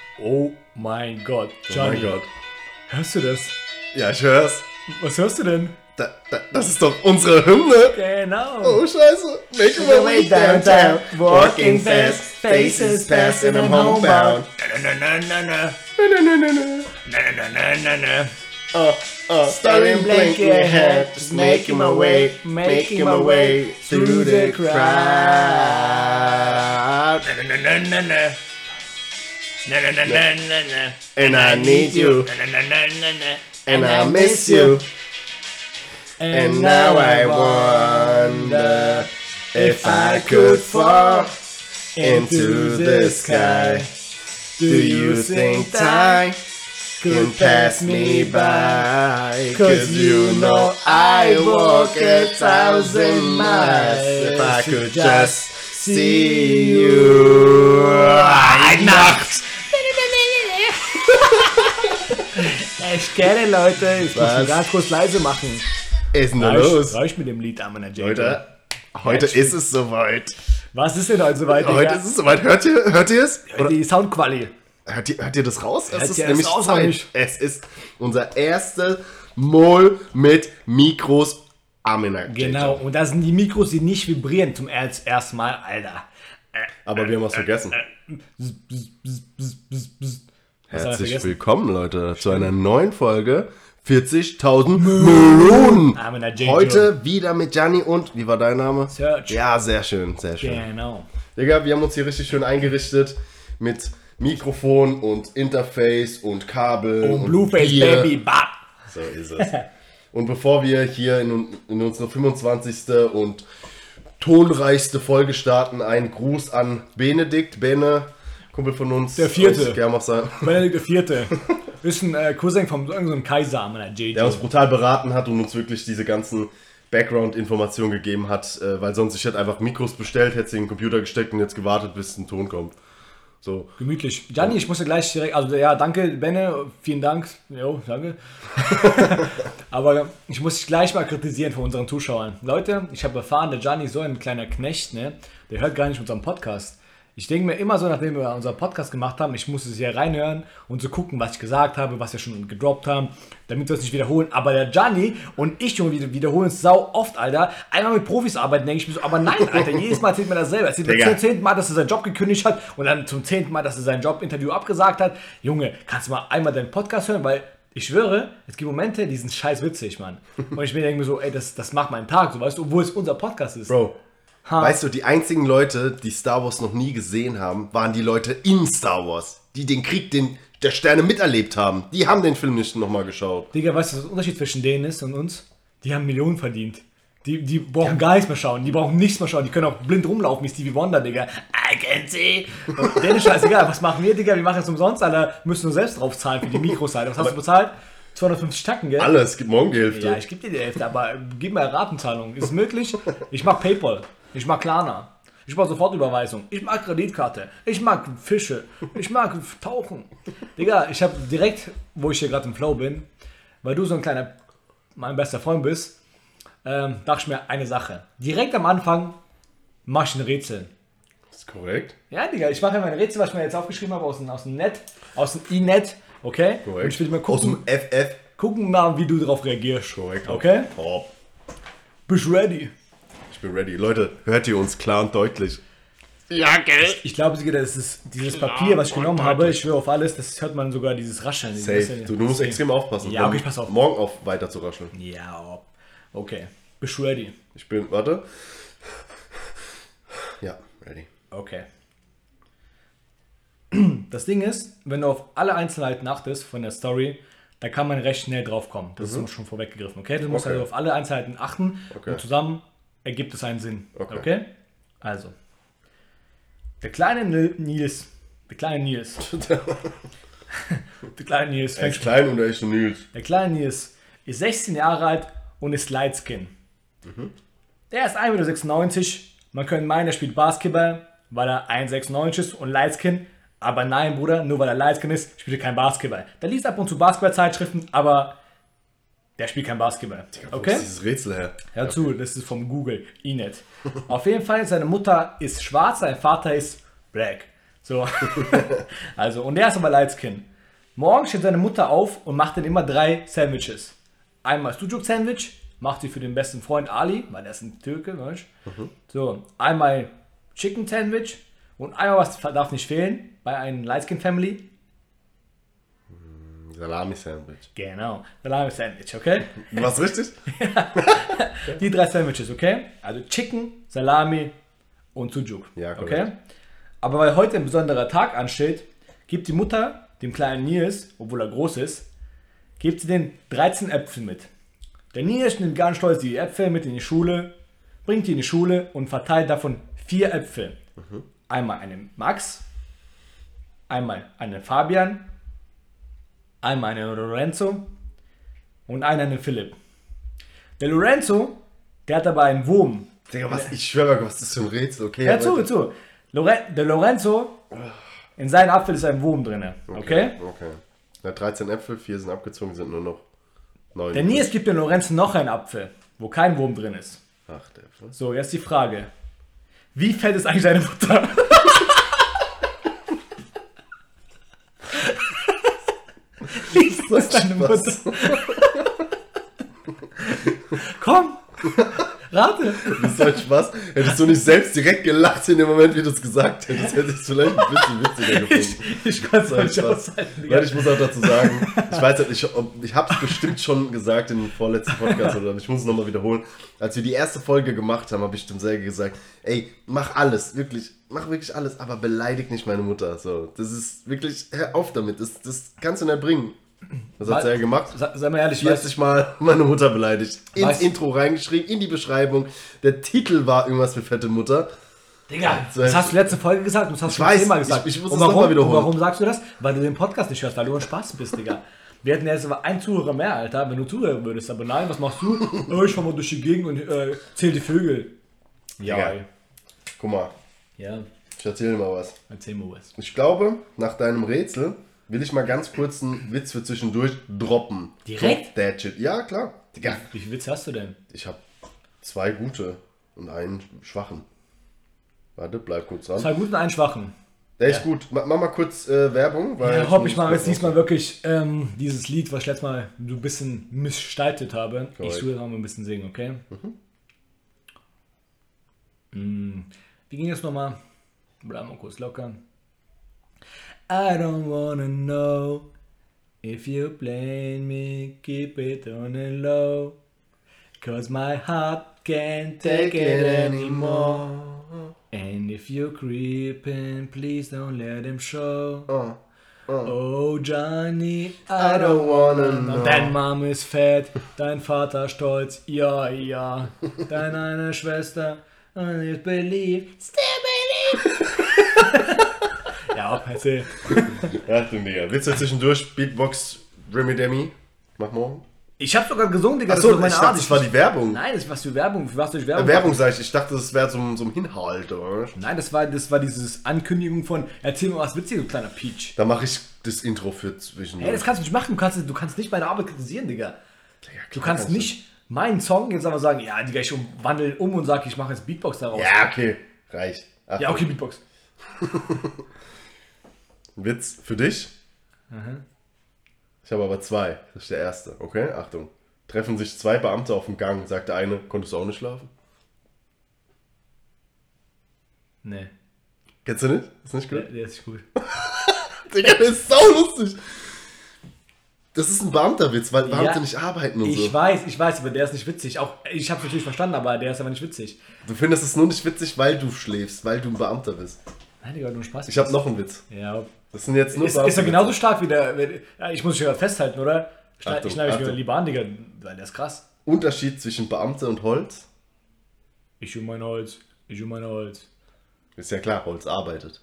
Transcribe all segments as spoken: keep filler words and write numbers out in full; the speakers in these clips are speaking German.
Oh mein Gott, Johnny. Oh mein Gott. Hörst du das? Ja, ich hör's. Was hörst du denn? Da, da, das ist doch unsere Hymne. Genau. Oh, scheiße. Making my way downtown. Walking fast, faces past and I'm homebound. Na, na, na, na, Na, na, na, na, na. na, na, na, na, na. Uh, uh, starting blinking ahead, just making my way, making my way through the crowd. Na, na, na, na, na. Na, na, na, na, na, na. And I need you, Na, na, na, na, na. and I miss you. And now I wonder if I could fall into the sky. Do you think time can pass me by? Cause you know I walk a thousand miles. If I could just see you. Eine Nacht. Ich kenne Leute, ich muss Was? ihn ganz kurz leise machen. Ist denn da Reicht, los? reicht mit dem Lied, Amina J. Leute, heute Ja, ist es soweit. Was ist denn heute soweit? Heute Digga? ist es soweit. Hört ihr, hört ihr es? Oder Die Soundquali. hört ihr, hört ihr das raus? Es Hört ist ihr das nämlich raus oder Zeit. nicht? Es ist unser erster Mol mit Mikros Amina. Genau, und da sind die Mikros, die nicht vibrieren zum erst- ersten Mal, Alter. Aber wir haben was vergessen. Bzz, bzz, bzz, bzz, bzz, bzz. Was haben wir Herzlich vergessen? willkommen, Leute, zu einer neuen Folge vierzigtausend Millionen. Amina J. Heute wieder mit Gianni und, wie war dein Name? Search. Ja, sehr schön, sehr schön. Genau. Digga, wir haben uns hier richtig schön eingerichtet mit Mikrofon und Interface und Kabel Und Blueface Bier. Baby, bap. So ist es. Und bevor wir hier in, in unsere fünfundzwanzigste und tonreichste Folge starten, ein Gruß an Benedikt, Bene, Kumpel von uns. Der Vierte. aus Germersheim, Benedikt der Vierte. Ist ein äh, Cousin von so einem Kaiser, Amina J. der uns brutal beraten hat und uns wirklich diese ganzen Background-Informationen gegeben hat, äh, weil sonst ich hätte einfach Mikros bestellt, hätte sie in den Computer gesteckt und jetzt gewartet, bis ein Ton kommt. So. Gemütlich. Gianni, ich muss ja gleich direkt, also ja, danke, Benne, vielen Dank. Jo, danke. Aber ich muss dich gleich mal kritisieren von unseren Zuschauern. Leute, ich habe erfahren, der Gianni ist so ein kleiner Knecht, ne? Der hört gar nicht unseren Podcast. Ich denke mir immer so, nachdem wir unseren Podcast gemacht haben, ich muss es hier reinhören und so gucken, was ich gesagt habe, was wir schon gedroppt haben, damit wir es nicht wiederholen. Aber der Gianni und ich, Junge, wir wiederholen es sau oft, Alter. Einmal mit Profis arbeiten, denke ich mir so, aber nein, Alter, jedes Mal erzählt mir dasselbe. Er erzählt mir Digga. zum zehnten Mal, dass er seinen Job gekündigt hat und dann zum zehnten Mal, dass er sein Jobinterview abgesagt hat. Junge, kannst du mal einmal deinen Podcast hören, weil ich schwöre, es gibt Momente, die sind scheiß witzig, Mann. Und ich mir denke mir so, ey, das, das macht meinen Tag, so, weißt du, obwohl es unser Podcast ist. Bro, Ha. weißt du, die einzigen Leute, die Star Wars noch nie gesehen haben, waren die Leute in Star Wars, die den Krieg den, der Sterne miterlebt haben. Die haben den Film nicht nochmal geschaut. Digga, weißt du, was der Unterschied zwischen denen ist und uns? Die haben Millionen verdient. Die, die brauchen gar nichts mehr schauen. Die brauchen nichts mehr schauen. Die können auch blind rumlaufen wie Stevie Wonder, Digga. I can see. Und denen ist scheißegal. Was machen wir, Digga? Wir machen es umsonst, Alter. Müssen nur selbst drauf zahlen für die Mikros, Alter. Was hast du bezahlt? zweihundertfünfzig Tacken, gell? Alles, gibt morgen die Hälfte. Ja, ich gebe dir die Hälfte, aber gib mir Ratenzahlung. Ist möglich? Ich mag PayPal. Ich mag Klarna. Ich mag Sofortüberweisung. Ich mag Kreditkarte. Ich mag Fische. Ich mag Tauchen. Digga, ich habe direkt, wo ich hier gerade im Flow bin, weil du so ein kleiner, mein bester Freund bist, ähm, dachte ich mir eine Sache. Direkt am Anfang mach ich ein Rätsel. Das ist korrekt. Ja, Digga, ich mache ja mein Rätsel, was ich mir jetzt aufgeschrieben habe aus dem, aus dem Net, aus dem E-Net, okay? Korrekt. Und ich will mal Aus gucken, dem F F. gucken mal, wie du darauf reagierst. Korrekt. Okay? Top. Bist du ready? Ich bin ready. Leute, hört ihr uns klar und deutlich? Ja, gell? Ich glaube, Digga, das ist dieses Papier, was ich genommen habe, ich schwöre auf alles, das hört man sogar dieses Rascheln. Safe. Du, du musst extrem aufpassen. Ja, okay, ich pass auf. Morgen auf weiter zu rascheln. Ja, okay. Bist du ready? Ich bin, warte. Ja, ready. Okay. Das Ding ist, wenn du auf alle Einzelheiten achtest von der Story, da kann man recht schnell drauf kommen. Das ist schon vorweggegriffen, okay? Du musst Okay. also auf alle Einzelheiten achten Okay. und zusammen ergibt es einen Sinn. Okay. Okay? Also. Der kleine Nil- Nils, der kleine Nils, der kleine Nils, Er ist fängt klein und er ist ein Nils. Der kleine Nils ist sechzehn Jahre alt und ist Lightskin. Der ist eins Komma sechsundneunzig Meter. Man könnte meinen, er spielt Basketball, weil er eins Komma sechsundneunzig ist und Lightskin. Aber nein, Bruder, nur weil er Lightskin ist, spielt er kein Basketball. Der liest ab und zu Basketballzeitschriften, aber der spielt kein Basketball. Wo Okay? ist dieses Rätsel her? Hör zu, das ist vom Google, E-Net. Auf jeden Fall, seine Mutter ist schwarz, sein Vater ist black. So. Also, und der ist aber Light Skin. Morgen steht seine Mutter auf und macht dann immer drei Sandwiches. Einmal Sucuk-Sandwich, macht sie für den besten Freund Ali, weil der ist ein Türke, weißt du? Mhm. So, einmal Chicken Sandwich und einmal, was darf nicht fehlen, bei einem Light Skin Family. Salami-Sandwich. Genau, Salami-Sandwich, okay? Was richtig? Die drei Sandwiches, okay? Also Chicken, Salami und Sucuk. Ja, korrekt. Okay? Aber weil heute ein besonderer Tag ansteht, gibt die Mutter dem kleinen Nils, obwohl er groß ist, gibt sie den dreizehn Äpfel mit. Der Nils nimmt ganz stolz die Äpfel mit in die Schule, bringt die in die Schule und verteilt davon vier Äpfel. Mhm. Einmal einen Max, einmal einen Fabian, einmal einen Lorenzo und einen einen Philipp. Der Lorenzo, der hat aber einen Wurm. Digga, was? Ich schwöre, was ist das für ein Rätsel? Okay, hör zu, hör zu. Lore- der Lorenzo, in seinem Apfel ist ein Wurm drin. Okay? Okay. okay. Ja, dreizehn Äpfel, vier sind abgezogen, sind nur noch neun. Der Nils gibt dem Lorenzo noch einen Apfel, wo kein Wurm drin ist. Acht Äpfel. So, jetzt die Frage. Wie fett ist eigentlich deine Mutter? Wie fett ist deine Mutter? Komm! Rate! Das ist halt Spaß. Hättest du nicht selbst direkt gelacht in dem Moment, wie du es gesagt hättest, hätte ich es vielleicht ein bisschen witziger gefunden. Ich, ich konnte es nicht aushalten. Weil ich muss auch dazu sagen, ich weiß halt, ich, ich habe es bestimmt schon gesagt in dem vorletzten Podcast, oder ich muss es nochmal wiederholen. Als wir die erste Folge gemacht haben, habe ich dem Serge gesagt, ey, mach alles, wirklich, mach wirklich alles, aber beleidig nicht meine Mutter. So, das ist wirklich, hör auf damit, das, das kannst du nicht bringen. Was hat er gemacht? Sei, sei mal ehrlich, vierzig Mal meine Mutter beleidigt. Ins weißt, Intro reingeschrieben, in die Beschreibung. Der Titel war irgendwas für fette Mutter. Digga, das hast du letzte Folge gesagt und das hast du schon zehnmal gesagt. Ich, ich muss und es nochmal wiederholen. Und warum sagst du das? Weil du den Podcast nicht hörst, weil du ein Spaß bist, Digga. Wir hätten jetzt aber einen Zuhörer mehr, Alter, wenn du zuhören würdest. Aber nein, was machst du? Oh, ich fahr mal durch die Gegend und äh, zähl die Vögel. Ja, ja. Guck mal. Ja. Ich erzähl dir mal was. Erzähl mal was. Ich glaube, nach deinem Rätsel will ich mal ganz kurz einen Witz für zwischendurch droppen. Direkt? Drop that shit. Ja, klar. Digga. Wie viele Witze hast du denn? Ich habe zwei gute und einen schwachen. Warte, bleib kurz dran. Zwei guten und einen schwachen. Der ist ja gut. Mach mal kurz äh, Werbung. Weil ja, hopp, ich mache jetzt diesmal wirklich ähm, dieses Lied, was ich letztes Mal so ein bisschen missgestaltet habe. Correct. Ich tue jetzt mal ein bisschen singen, okay? Mhm. Mm. Wie ging das nochmal? Bleib mal kurz locker. I don't wanna know if you blame me, keep it on the low, cause my heart can't take it anymore. And if you're creeping, please don't let him show. Uh, uh. Oh Johnny, I, I don't wanna know. Dein Mom ist fett, dein Vater stolz, ja, ja. Deine eine Schwester, and you believe, still believe. Ja, erzähl. Ja, stimmt, Digga. Willst du zwischendurch Beatbox Remy Demi? Mach morgen. Ich hab sogar gesungen, Digga. Achso, ich dachte, das war die Werbung. Nein, das war für Werbung. Für was durch Werbung? Werbung, sag ich. Ich dachte, das wäre so, so ein Hinhalt, oder? Nein, das war, das war dieses Ankündigung von erzähl mir was Witziges, du kleiner Peach. Da mache ich das Intro für zwischendurch. Ey, das kannst du nicht machen. Du kannst, du kannst nicht meine Arbeit kritisieren, Digga. Ja, du kannst nicht meinen Song jetzt aber sagen, ja, Digga, ich wandle um und sag, ich mache jetzt Beatbox daraus. Ja, okay. Reicht. Ach, ja, okay, Beatbox. Witz für dich. Mhm. Ich habe aber zwei. Das ist der erste. Okay, Achtung. Treffen sich zwei Beamte auf dem Gang. Sagt der eine, konntest du auch nicht schlafen? Nee. Kennst du nicht? Ist nicht gut? Der, der ist nicht gut. Digga, der ist sau lustig. Das ist ein Beamterwitz, weil Beamte ja, nicht arbeiten und ich so. Ich weiß, ich weiß, aber der ist nicht witzig. Auch, ich habe natürlich verstanden, aber der ist aber nicht witzig. Du findest es nur nicht witzig, weil du schläfst, weil du ein Beamter bist. Nein, Digga, nur Spaß. Ich habe noch einen Witz. Ja. Das sind jetzt nur Ist, ist er genauso stark wie der... Ja, ich muss mich ja festhalten, oder? Achtung, ich schneide mich wieder lieber an, Digga, weil der ist krass. Unterschied zwischen Beamte und Holz? Ich um mein Holz, ich um mein Holz. Ist ja klar, Holz arbeitet.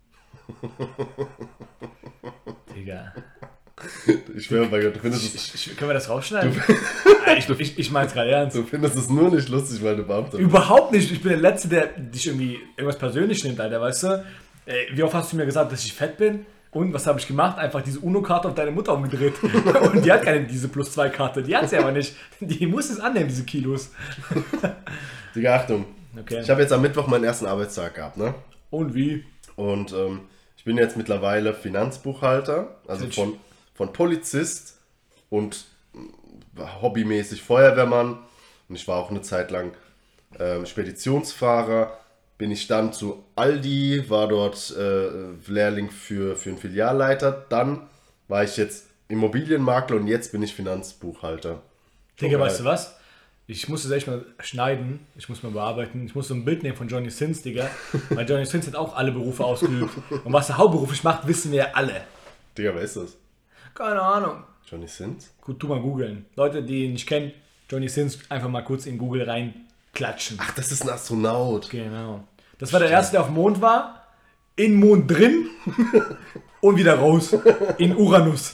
Digga. Ich schwöre bei Gott, du findest ich, es... Ich, können wir das rausschneiden? ich ich, ich meine es gerade ernst. Du findest es nur nicht lustig, weil du Beamter bist. Überhaupt nicht. Ich bin der Letzte, der dich irgendwie irgendwas persönlich nimmt, Alter, weißt du? Wie oft hast du mir gesagt, dass ich fett bin? Und was habe ich gemacht? Einfach diese UNO-Karte auf deine Mutter umgedreht. Und die hat keine diese plus zwei Karte. Die hat sie aber nicht. Die muss es annehmen, diese Kilos. Digga, Achtung. Okay. Ich habe jetzt am Mittwoch meinen ersten Arbeitstag gehabt, ne? Und wie? Und ähm, Ich bin jetzt mittlerweile Finanzbuchhalter, also von, von Polizist und hobbymäßig Feuerwehrmann. Und ich war auch eine Zeit lang äh, Speditionsfahrer. Bin ich dann zu Aldi, war dort äh, Lehrling für, für einen Filialleiter. Dann war ich jetzt Immobilienmakler und jetzt bin ich Finanzbuchhalter. Digga, weißt du was? Ich muss das echt mal schneiden, ich muss mal bearbeiten. Ich muss so ein Bild nehmen von Johnny Sins, Digga. Weil Johnny Sins hat auch alle Berufe ausgeübt. Und was er hauptberuflich macht, wissen wir ja alle. Digga, wer ist das? Keine Ahnung. Johnny Sins? Gut, tu mal googeln. Leute, die ihn nicht kennen, Johnny Sins, einfach mal kurz in Google reinklatschen. Ach, das ist ein Astronaut. Genau. Das war der Erste, der auf dem Mond war, in Mond drin und wieder raus. In Uranus.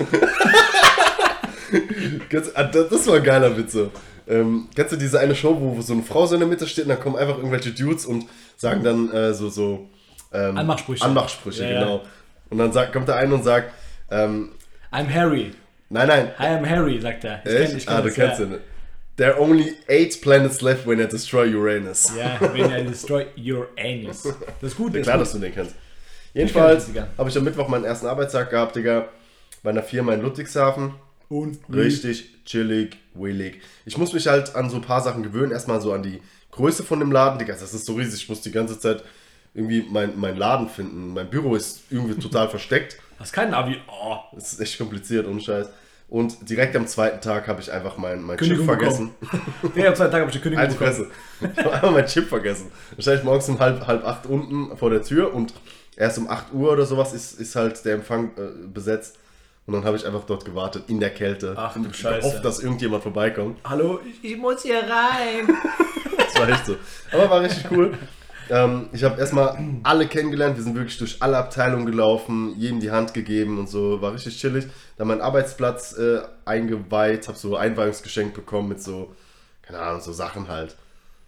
Das war ein geiler Witz. So. Ähm, kennst du diese eine Show, wo, wo so eine Frau so in der Mitte steht und dann kommen einfach irgendwelche Dudes und sagen dann äh, so, so ähm, Anmachsprüche. Anmachsprüche, ja, genau. Ja. Und dann sagt, kommt der eine und sagt, ähm, I'm Harry. Nein, nein. I am Harry, sagt er. Ich Echt? kenn, ich ah, du kennst ihn. There are only eight planets left when I destroy Uranus. Ja, when I destroy your anus. Das ist gut. Ja, Das klar, gut. dass du den kennst. Jedenfalls Ich habe ich am Mittwoch meinen ersten Arbeitstag gehabt, Digga, bei einer Firma in Ludwigshafen. Und Richtig chillig, willig. Ich muss mich halt an so ein paar Sachen gewöhnen. Erstmal so an die Größe von dem Laden. Digga, das ist so riesig. Ich muss die ganze Zeit irgendwie mein, mein Laden finden. Mein Büro ist irgendwie total versteckt. hast keinen Navi. Oh. Das ist echt kompliziert, ohne Scheiß. Und direkt am zweiten Tag habe ich einfach mein, mein Chip Kündigung vergessen. Ja, am zweiten Tag habe ich eine Kündigung Alte bekommen. Fresse. Ich habe einfach mein Chip vergessen. Wahrscheinlich morgens um halb, halb acht unten vor der Tür und erst um acht Uhr oder sowas ist, ist halt der Empfang äh, besetzt. Und dann habe ich einfach dort gewartet, in der Kälte. Ach du und Scheiße. gehofft, dass irgendjemand vorbeikommt. Hallo, ich, ich muss hier rein. Das war echt so. Aber war richtig cool. Ähm, ich habe erstmal alle kennengelernt. Wir sind wirklich durch alle Abteilungen gelaufen, jedem die Hand gegeben und so. War richtig chillig. Dann meinen Arbeitsplatz äh, eingeweiht, habe so Einweihungsgeschenk bekommen mit so, keine Ahnung, so Sachen halt.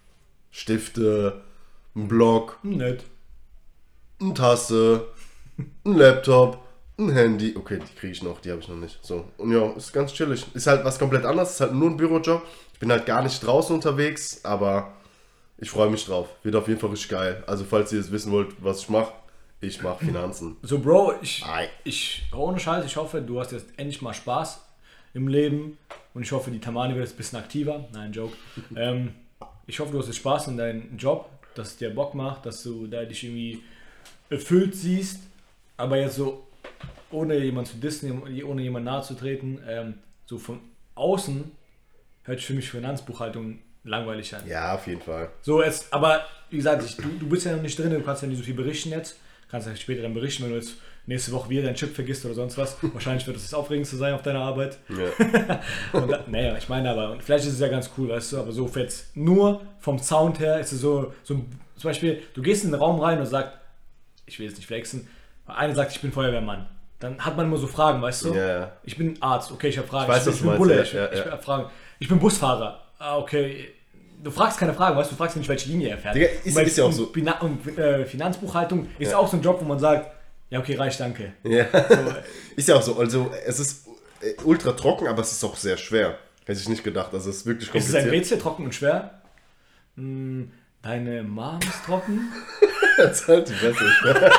Stifte, ein Block, Nett. eine Tasse, ein Laptop, ein Handy. Okay, die kriege ich noch, die habe ich noch nicht. So. Und ja, ist ganz chillig. Ist halt was komplett anderes, ist halt nur ein Bürojob. Ich bin halt gar nicht draußen unterwegs, aber ich freue mich drauf. Wird auf jeden Fall richtig geil. Also falls ihr jetzt wissen wollt, was ich mache, ich mache Finanzen. So, Bro, ich, Ei. ich, ohne Scheiß, ich hoffe, du hast jetzt endlich mal Spaß im Leben und ich hoffe, die Tamani wird jetzt ein bisschen aktiver. Nein, Joke. ähm, ich hoffe, du hast jetzt Spaß in deinem Job, dass es dir Bock macht, dass du da dich irgendwie erfüllt siehst, aber jetzt so, ohne jemanden zu dissen, ohne jemanden nahe zu treten, ähm, so von außen hört sich für mich Finanzbuchhaltung langweilig an. Ja, auf jeden Fall. So, es, aber wie gesagt, ich, du, du bist ja noch nicht drin, du kannst ja nicht so viel berichten jetzt. Kannst ja später dann berichten, wenn du jetzt nächste Woche wieder deinen Chip vergisst oder sonst was. Wahrscheinlich wird das das Aufregendste sein auf deiner Arbeit. Ja. Und da, naja, ich meine aber, vielleicht ist es ja ganz cool, weißt du, aber so jetzt nur vom Sound her ist es so, so zum Beispiel, du gehst in den Raum rein und sagst, ich will jetzt nicht flexen, einer sagt, ich bin Feuerwehrmann. Dann hat man immer so Fragen, weißt du? Ja, ja. Ich bin Arzt, okay, ich habe Fragen. Ich weiß, ich, was ich du bin meinst, Bulle, ja, ich, ja, ich ja. hab Fragen. Ich bin Busfahrer. Ah, okay. Du fragst keine Fragen, weißt du, du fragst nicht, welche Linie er fährt. Digga, ist- Und bei- ist ja auch so. Und, Bina- und äh, Finanzbuchhaltung ist Ja. auch so ein Job, wo man sagt, ja okay, reicht, danke. Ja. So, Ist ja auch so. Also es ist äh, ultra trocken, aber es ist auch sehr schwer. Hätte ich nicht gedacht. Also es ist wirklich ist es ein kompliziert. Rätsel, trocken und schwer? Hm, deine Mom ist trocken? Das ist halt die Beste.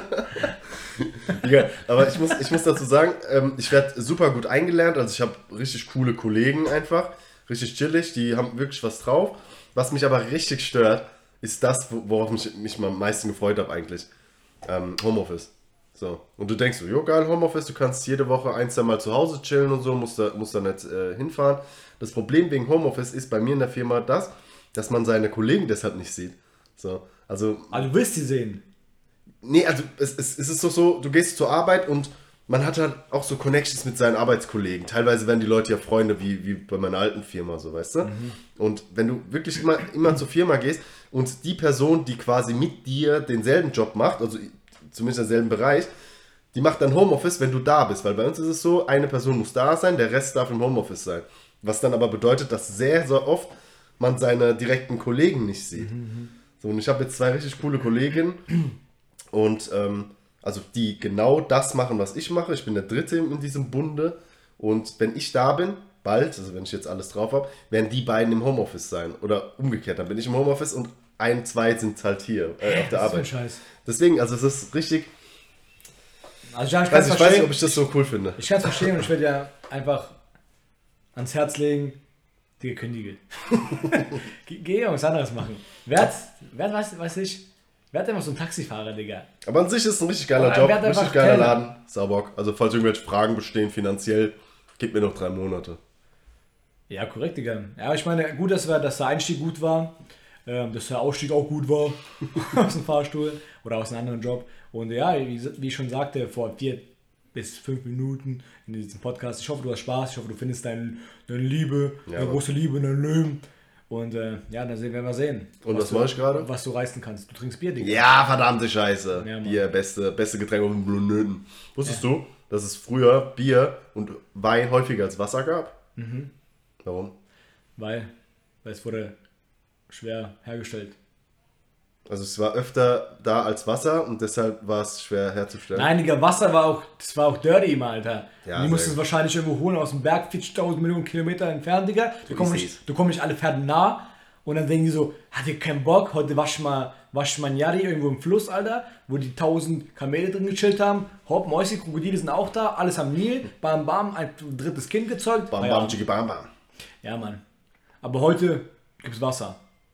Ja, aber ich muss, ich muss dazu sagen, ähm, ich werde super gut eingelernt. Also ich habe richtig coole Kollegen einfach. Richtig chillig. Die haben wirklich was drauf. Was mich aber richtig stört, ist das, worauf mich, mich am meisten gefreut habe eigentlich. Ähm, Homeoffice. So. Und du denkst so, jo geil, Homeoffice, du kannst jede Woche ein, zwei Mal zu Hause chillen und so, musst da, musst da nicht äh, hinfahren. Das Problem wegen Homeoffice ist bei mir in der Firma das, dass man seine Kollegen deshalb nicht sieht. So. Also, Also du willst sie sehen. nee, also es, es, es ist doch so, du gehst zur Arbeit und man hat halt auch so Connections mit seinen Arbeitskollegen. Teilweise werden die Leute ja Freunde, wie, wie bei meiner alten Firma, so, weißt du? Mhm. Und wenn du wirklich immer, immer zur Firma gehst und die Person, die quasi mit dir denselben Job macht, also zumindest im selben Bereich, die macht dann Homeoffice, wenn du da bist. Weil bei uns ist es so, eine Person muss da sein, der Rest darf im Homeoffice sein. Was dann aber bedeutet, dass sehr, sehr oft man seine direkten Kollegen nicht sieht. Mhm. So, und ich habe jetzt zwei richtig coole Kolleginnen und ähm, also die genau das machen, was ich mache. Ich bin der Dritte in diesem Bunde und wenn ich da bin, bald, also wenn ich jetzt alles drauf habe, werden die beiden im Homeoffice sein oder umgekehrt. Dann bin ich im Homeoffice und ein, zwei sind halt hier äh, auf der Das ist so ein Arbeit. Scheiß. Deswegen, also es ist richtig, Also ja, ich, weiß, ich weiß nicht, ob ich das so cool finde. Ich kann es verstehen und ich werde ja einfach ans Herz legen, die kündige. Geh, geh was anderes machen. Wer hat, wer weiß, weiß ich, wer hat einfach so einen Taxifahrer, Digga? Aber an sich ist es ein richtig geiler Oder Job, wer hat richtig einfach geiler Kellner? Laden. Saubock. Also falls irgendwelche Fragen bestehen finanziell, gib mir noch drei Monate. Ja, korrekt, Digga. Ja, ich meine, gut, dass, wir, dass der Einstieg gut war, ähm, dass der Ausstieg auch gut war aus dem Fahrstuhl oder aus einem anderen Job. Und ja, wie, wie ich schon sagte, vor vier bis fünf Minuten in diesem Podcast, ich hoffe, du hast Spaß, ich hoffe, du findest deine, deine Liebe, Ja, deine Mann. große Liebe in deinem Leben. Und äh, ja, dann werden wir sehen. Und was du- mache ich gerade? Was du reißen kannst. Du trinkst Bier, Digga. Ja, verdammte Scheiße. Ja, Mann. Bier, beste, beste Getränk auf dem Planeten. Wusstest du, dass es früher Bier und Wein häufiger als Wasser gab? Mhm. Warum? Weil, weil es wurde schwer hergestellt. Also es war öfter da als Wasser und deshalb war es schwer herzustellen. Nein, Digga, Wasser war auch, das war auch dirty immer, Alter. Ja, Und die mussten sehr es wahrscheinlich irgendwo holen aus dem Berg, vierzigtausend Millionen Kilometer entfernt, Digga. Da kommen ist nicht, da kommen nicht alle Pferde nah. Und dann denken die so, hat ihr keinen Bock, heute wasch mal, wasch mal ein Yari irgendwo im Fluss, Alter, wo die tausend Kamele drin gechillt haben. Hopp, Mäuse, Krokodile sind auch da, alles am Nil, bam, bam, ein drittes Kind gezeugt. Bam, Ah, ja. bam, chicki, bam, bam. Ja, Mann. Aber heute gibt's Wasser.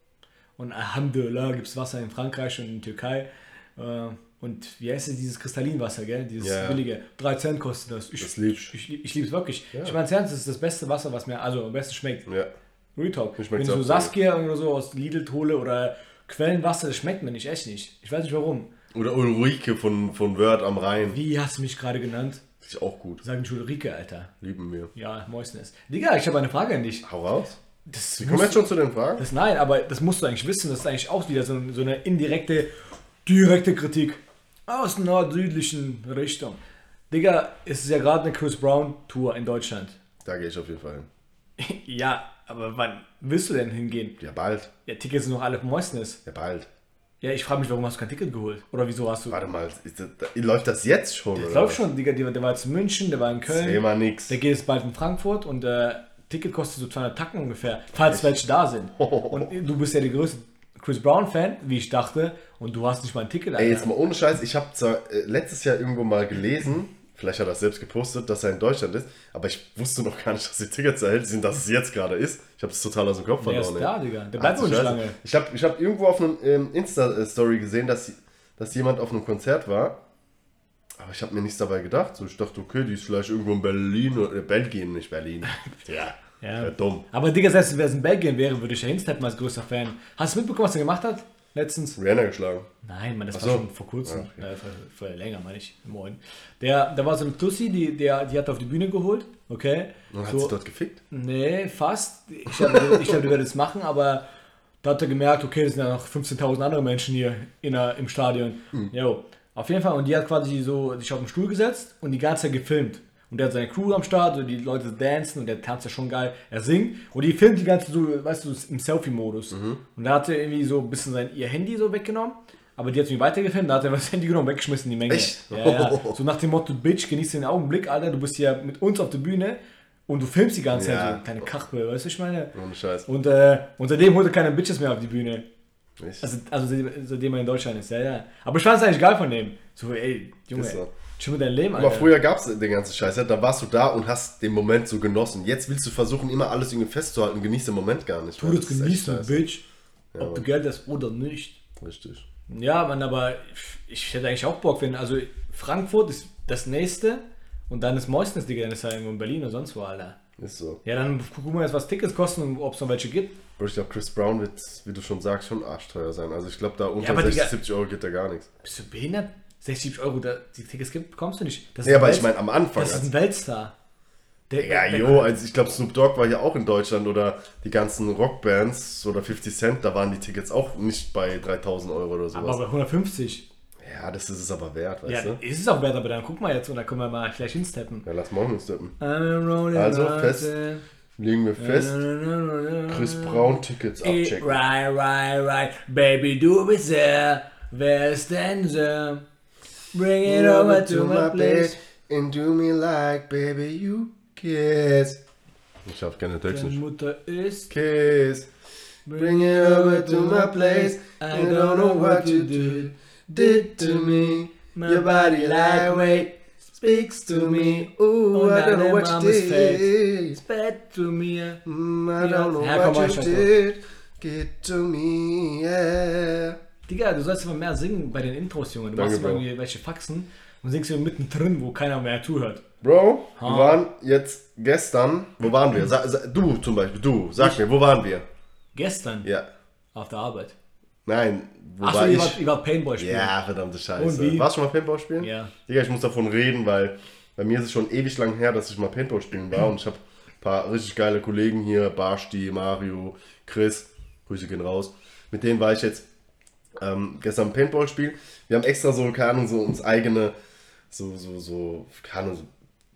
Und Alhamdulillah gibt's Wasser in Frankreich und in Türkei. Äh, Und wie heißt es, dieses Kristallinwasser, gell? Dieses Ja. billige. drei Cent kostet das. Ich, Das liebst ich, ich, ich liebe es wirklich. Ja. Ich meine, ernst, das ist das beste Wasser, was mir also am besten schmeckt. Ja. Real Talk. Mir schmeckt's Wenn ich so auch sehr Saskia oder so aus Lidl hole oder Quellenwasser, das schmeckt mir nicht, echt nicht. Ich weiß nicht warum. Oder Ulrike von, von Wörth am Rhein. Wie hast du mich gerade genannt? Ist auch gut. Sagen schon Ulrike, Alter. Lieben wir. Ja, Mäusnes. Digga, ich habe eine Frage an dich. Hau raus. Das Wir kommen jetzt schon zu den Fragen. Das, nein, aber das musst du eigentlich wissen. Das ist eigentlich auch wieder so, so eine indirekte, direkte Kritik aus nord-südlichen Richtung. Digga, es ist ja gerade eine Chris Brown Tour in Deutschland. Da gehe ich auf jeden Fall hin. Ja, aber wann willst du denn hingehen? Ja, bald. Ja, Tickets sind noch alle Mäusnes. Ja, bald. Ja, ich frage mich, warum hast du kein Ticket geholt? Oder wieso hast du... Warte mal, ist das, da, läuft das jetzt schon? Ich oder glaube was? schon, Digga, der, der war jetzt in München, der war in Seh Köln. mal nix. Der geht jetzt bald in Frankfurt und äh, Ticket kostet so zweihundert Tacken ungefähr, falls welche da sind. Und du bist ja der größte Chris Brown-Fan, wie ich dachte, und du hast nicht mal ein Ticket. Ey, jetzt mal ohne Scheiß, ich habe zwar äh, letztes Jahr irgendwo mal gelesen, vielleicht hat er es selbst gepostet, dass er in Deutschland ist, aber ich wusste noch gar nicht, dass die Tickets erhält sind, dass es jetzt gerade ist. Ich habe es total aus dem Kopf Der verloren. ist ey. da, Digga. Der Ach, bleibt du wohl nicht Scheiße. lange. Ich habe ich hab irgendwo auf einem ähm, Insta-Story gesehen, dass, dass jemand auf einem Konzert war, aber ich habe mir nichts dabei gedacht. So, ich dachte, okay, die ist vielleicht irgendwo in Berlin oder äh, Belgien, nicht Berlin. Ja, Ja. ja. dumm. Aber Digga, selbst wenn es in Belgien wäre, würde ich ja hinsteppen als größter Fan. Hast du mitbekommen, was er gemacht hat? Letztens? Rihanna geschlagen. Nein, man, das Ach war so. schon vor kurzem. Ja, äh, vor, vor länger, meine ich. Moin. Der, da war so eine Tussi, die, der, die hat auf die Bühne geholt. Okay. Und hat so, sie dort gefickt? Nee, fast. Ich glaube, ich glaub, die werden es machen, aber da hat er gemerkt, okay, es sind ja noch fünfzehntausend andere Menschen hier in der, im Stadion. Hm. Jo, auf jeden Fall. Und die hat quasi so sich auf den Stuhl gesetzt und die ganze Zeit gefilmt. Und der hat seine Crew am Start und die Leute dancen und der tanzt ja schon geil. Er singt und die filmt die ganze Zeit so, weißt du, im Selfie-Modus. Mhm. Und da hat er irgendwie so ein bisschen sein, ihr Handy so weggenommen. Aber die hat irgendwie weitergefilmt, da hat er das Handy genommen, weggeschmissen in die Menge. Echt? Ja, ja. So nach dem Motto, Bitch, genieß den Augenblick, Alter, du bist ja mit uns auf der Bühne und du filmst die ganze Ja. Zeit so, keine Kachbe, weißt du, ich meine? Ohne Scheiß. Und äh, und seitdem holt er keine Bitches mehr auf die Bühne. Echt? Also, also seitdem seitdem er in Deutschland ist, ja, ja. Aber ich fand es eigentlich geil von dem. So, ey, Junge, Ist so. chill mit deinem Leben, Aber Alter. früher gab es den ganzen Scheiß, ja, da warst du da und hast den Moment so genossen. Jetzt willst du versuchen, immer alles irgendwie festzuhalten, genießt den Moment gar nicht. Tu weil das ist echt genießen, scheiße. Bitch. Ja, Ob du Mann. Geld hast oder nicht. Richtig. Ja, Mann, aber ich hätte eigentlich auch Bock, wenn, also Frankfurt ist das nächste und dann ist Meustens, Digga, dann ist ja irgendwo in Berlin oder sonst wo, Alter. Ist so. Ja, dann gucken wir jetzt, was Tickets kosten und ob es noch welche gibt. Aber ich glaube, Chris Brown wird, wie du schon sagst, schon arschteuer sein. Also ich glaube, da unter aber sechzig, Digga- siebzig Euro geht da gar nichts. Bist du behindert? sechzig Euro, da, die Tickets gibt, bekommst du nicht. Das ist Nee, ein aber ich Welt- meine am Anfang. Das ist Als, ein Weltstar. Der, ja, der- jo, also ich glaube, Snoop Dogg war ja auch in Deutschland oder die ganzen Rockbands oder fifty Cent, da waren die Tickets auch nicht bei dreitausend Euro oder sowas. Aber bei hundertfünfzig. Ja, das ist es aber wert, weißt Ja, du? ist es auch wert, aber dann guck mal jetzt und dann können wir mal vielleicht hinsteppen. Ja, lass morgen steppen. Also Also fest, legen wir fest, Chris Brown Tickets Right, abchecken. right, right. Baby, du bist there. Wer ist denn there? Bring it over to my place. and do me like baby you kiss. Ich hab keine Deine Texte. Mutter ist. Kiss. Bring it over to my place. I don't know what you did. did to me. Your body lightweight, speaks to me. Ooh, I don't know what you did. Spät zu mir. Mm, I don't know Ja, komm, what mach you ich did. Get to me, yeah. Digga, du sollst immer mehr singen bei den Intros, Junge. Du Danke, machst immer Bro. irgendwie welche Faxen und singst immer mittendrin, wo keiner mehr zuhört. Bro, Ha. wir waren jetzt gestern, wo waren wir? Sa, sa, du zum Beispiel, du, sag Ich? mir, wo waren wir? Gestern Ja. auf der Arbeit. Nein, wo Achso, war ihr ich? wart, ihr wart Paintball spielen. Ja, verdammte Scheiße. Und wie? Warst du schon mal Paintball spielen? Ja. Digga, ich muss davon reden, weil bei mir ist es schon ewig lang her, dass ich mal Paintball spielen war und ich habe ein paar richtig geile Kollegen hier, Barsti, Mario, Chris, Grüße gehen raus. Mit denen war ich jetzt ähm, gestern Paintball spielen. Wir haben extra so, keine Ahnung, so uns eigene, so, so, so, keine Ahnung,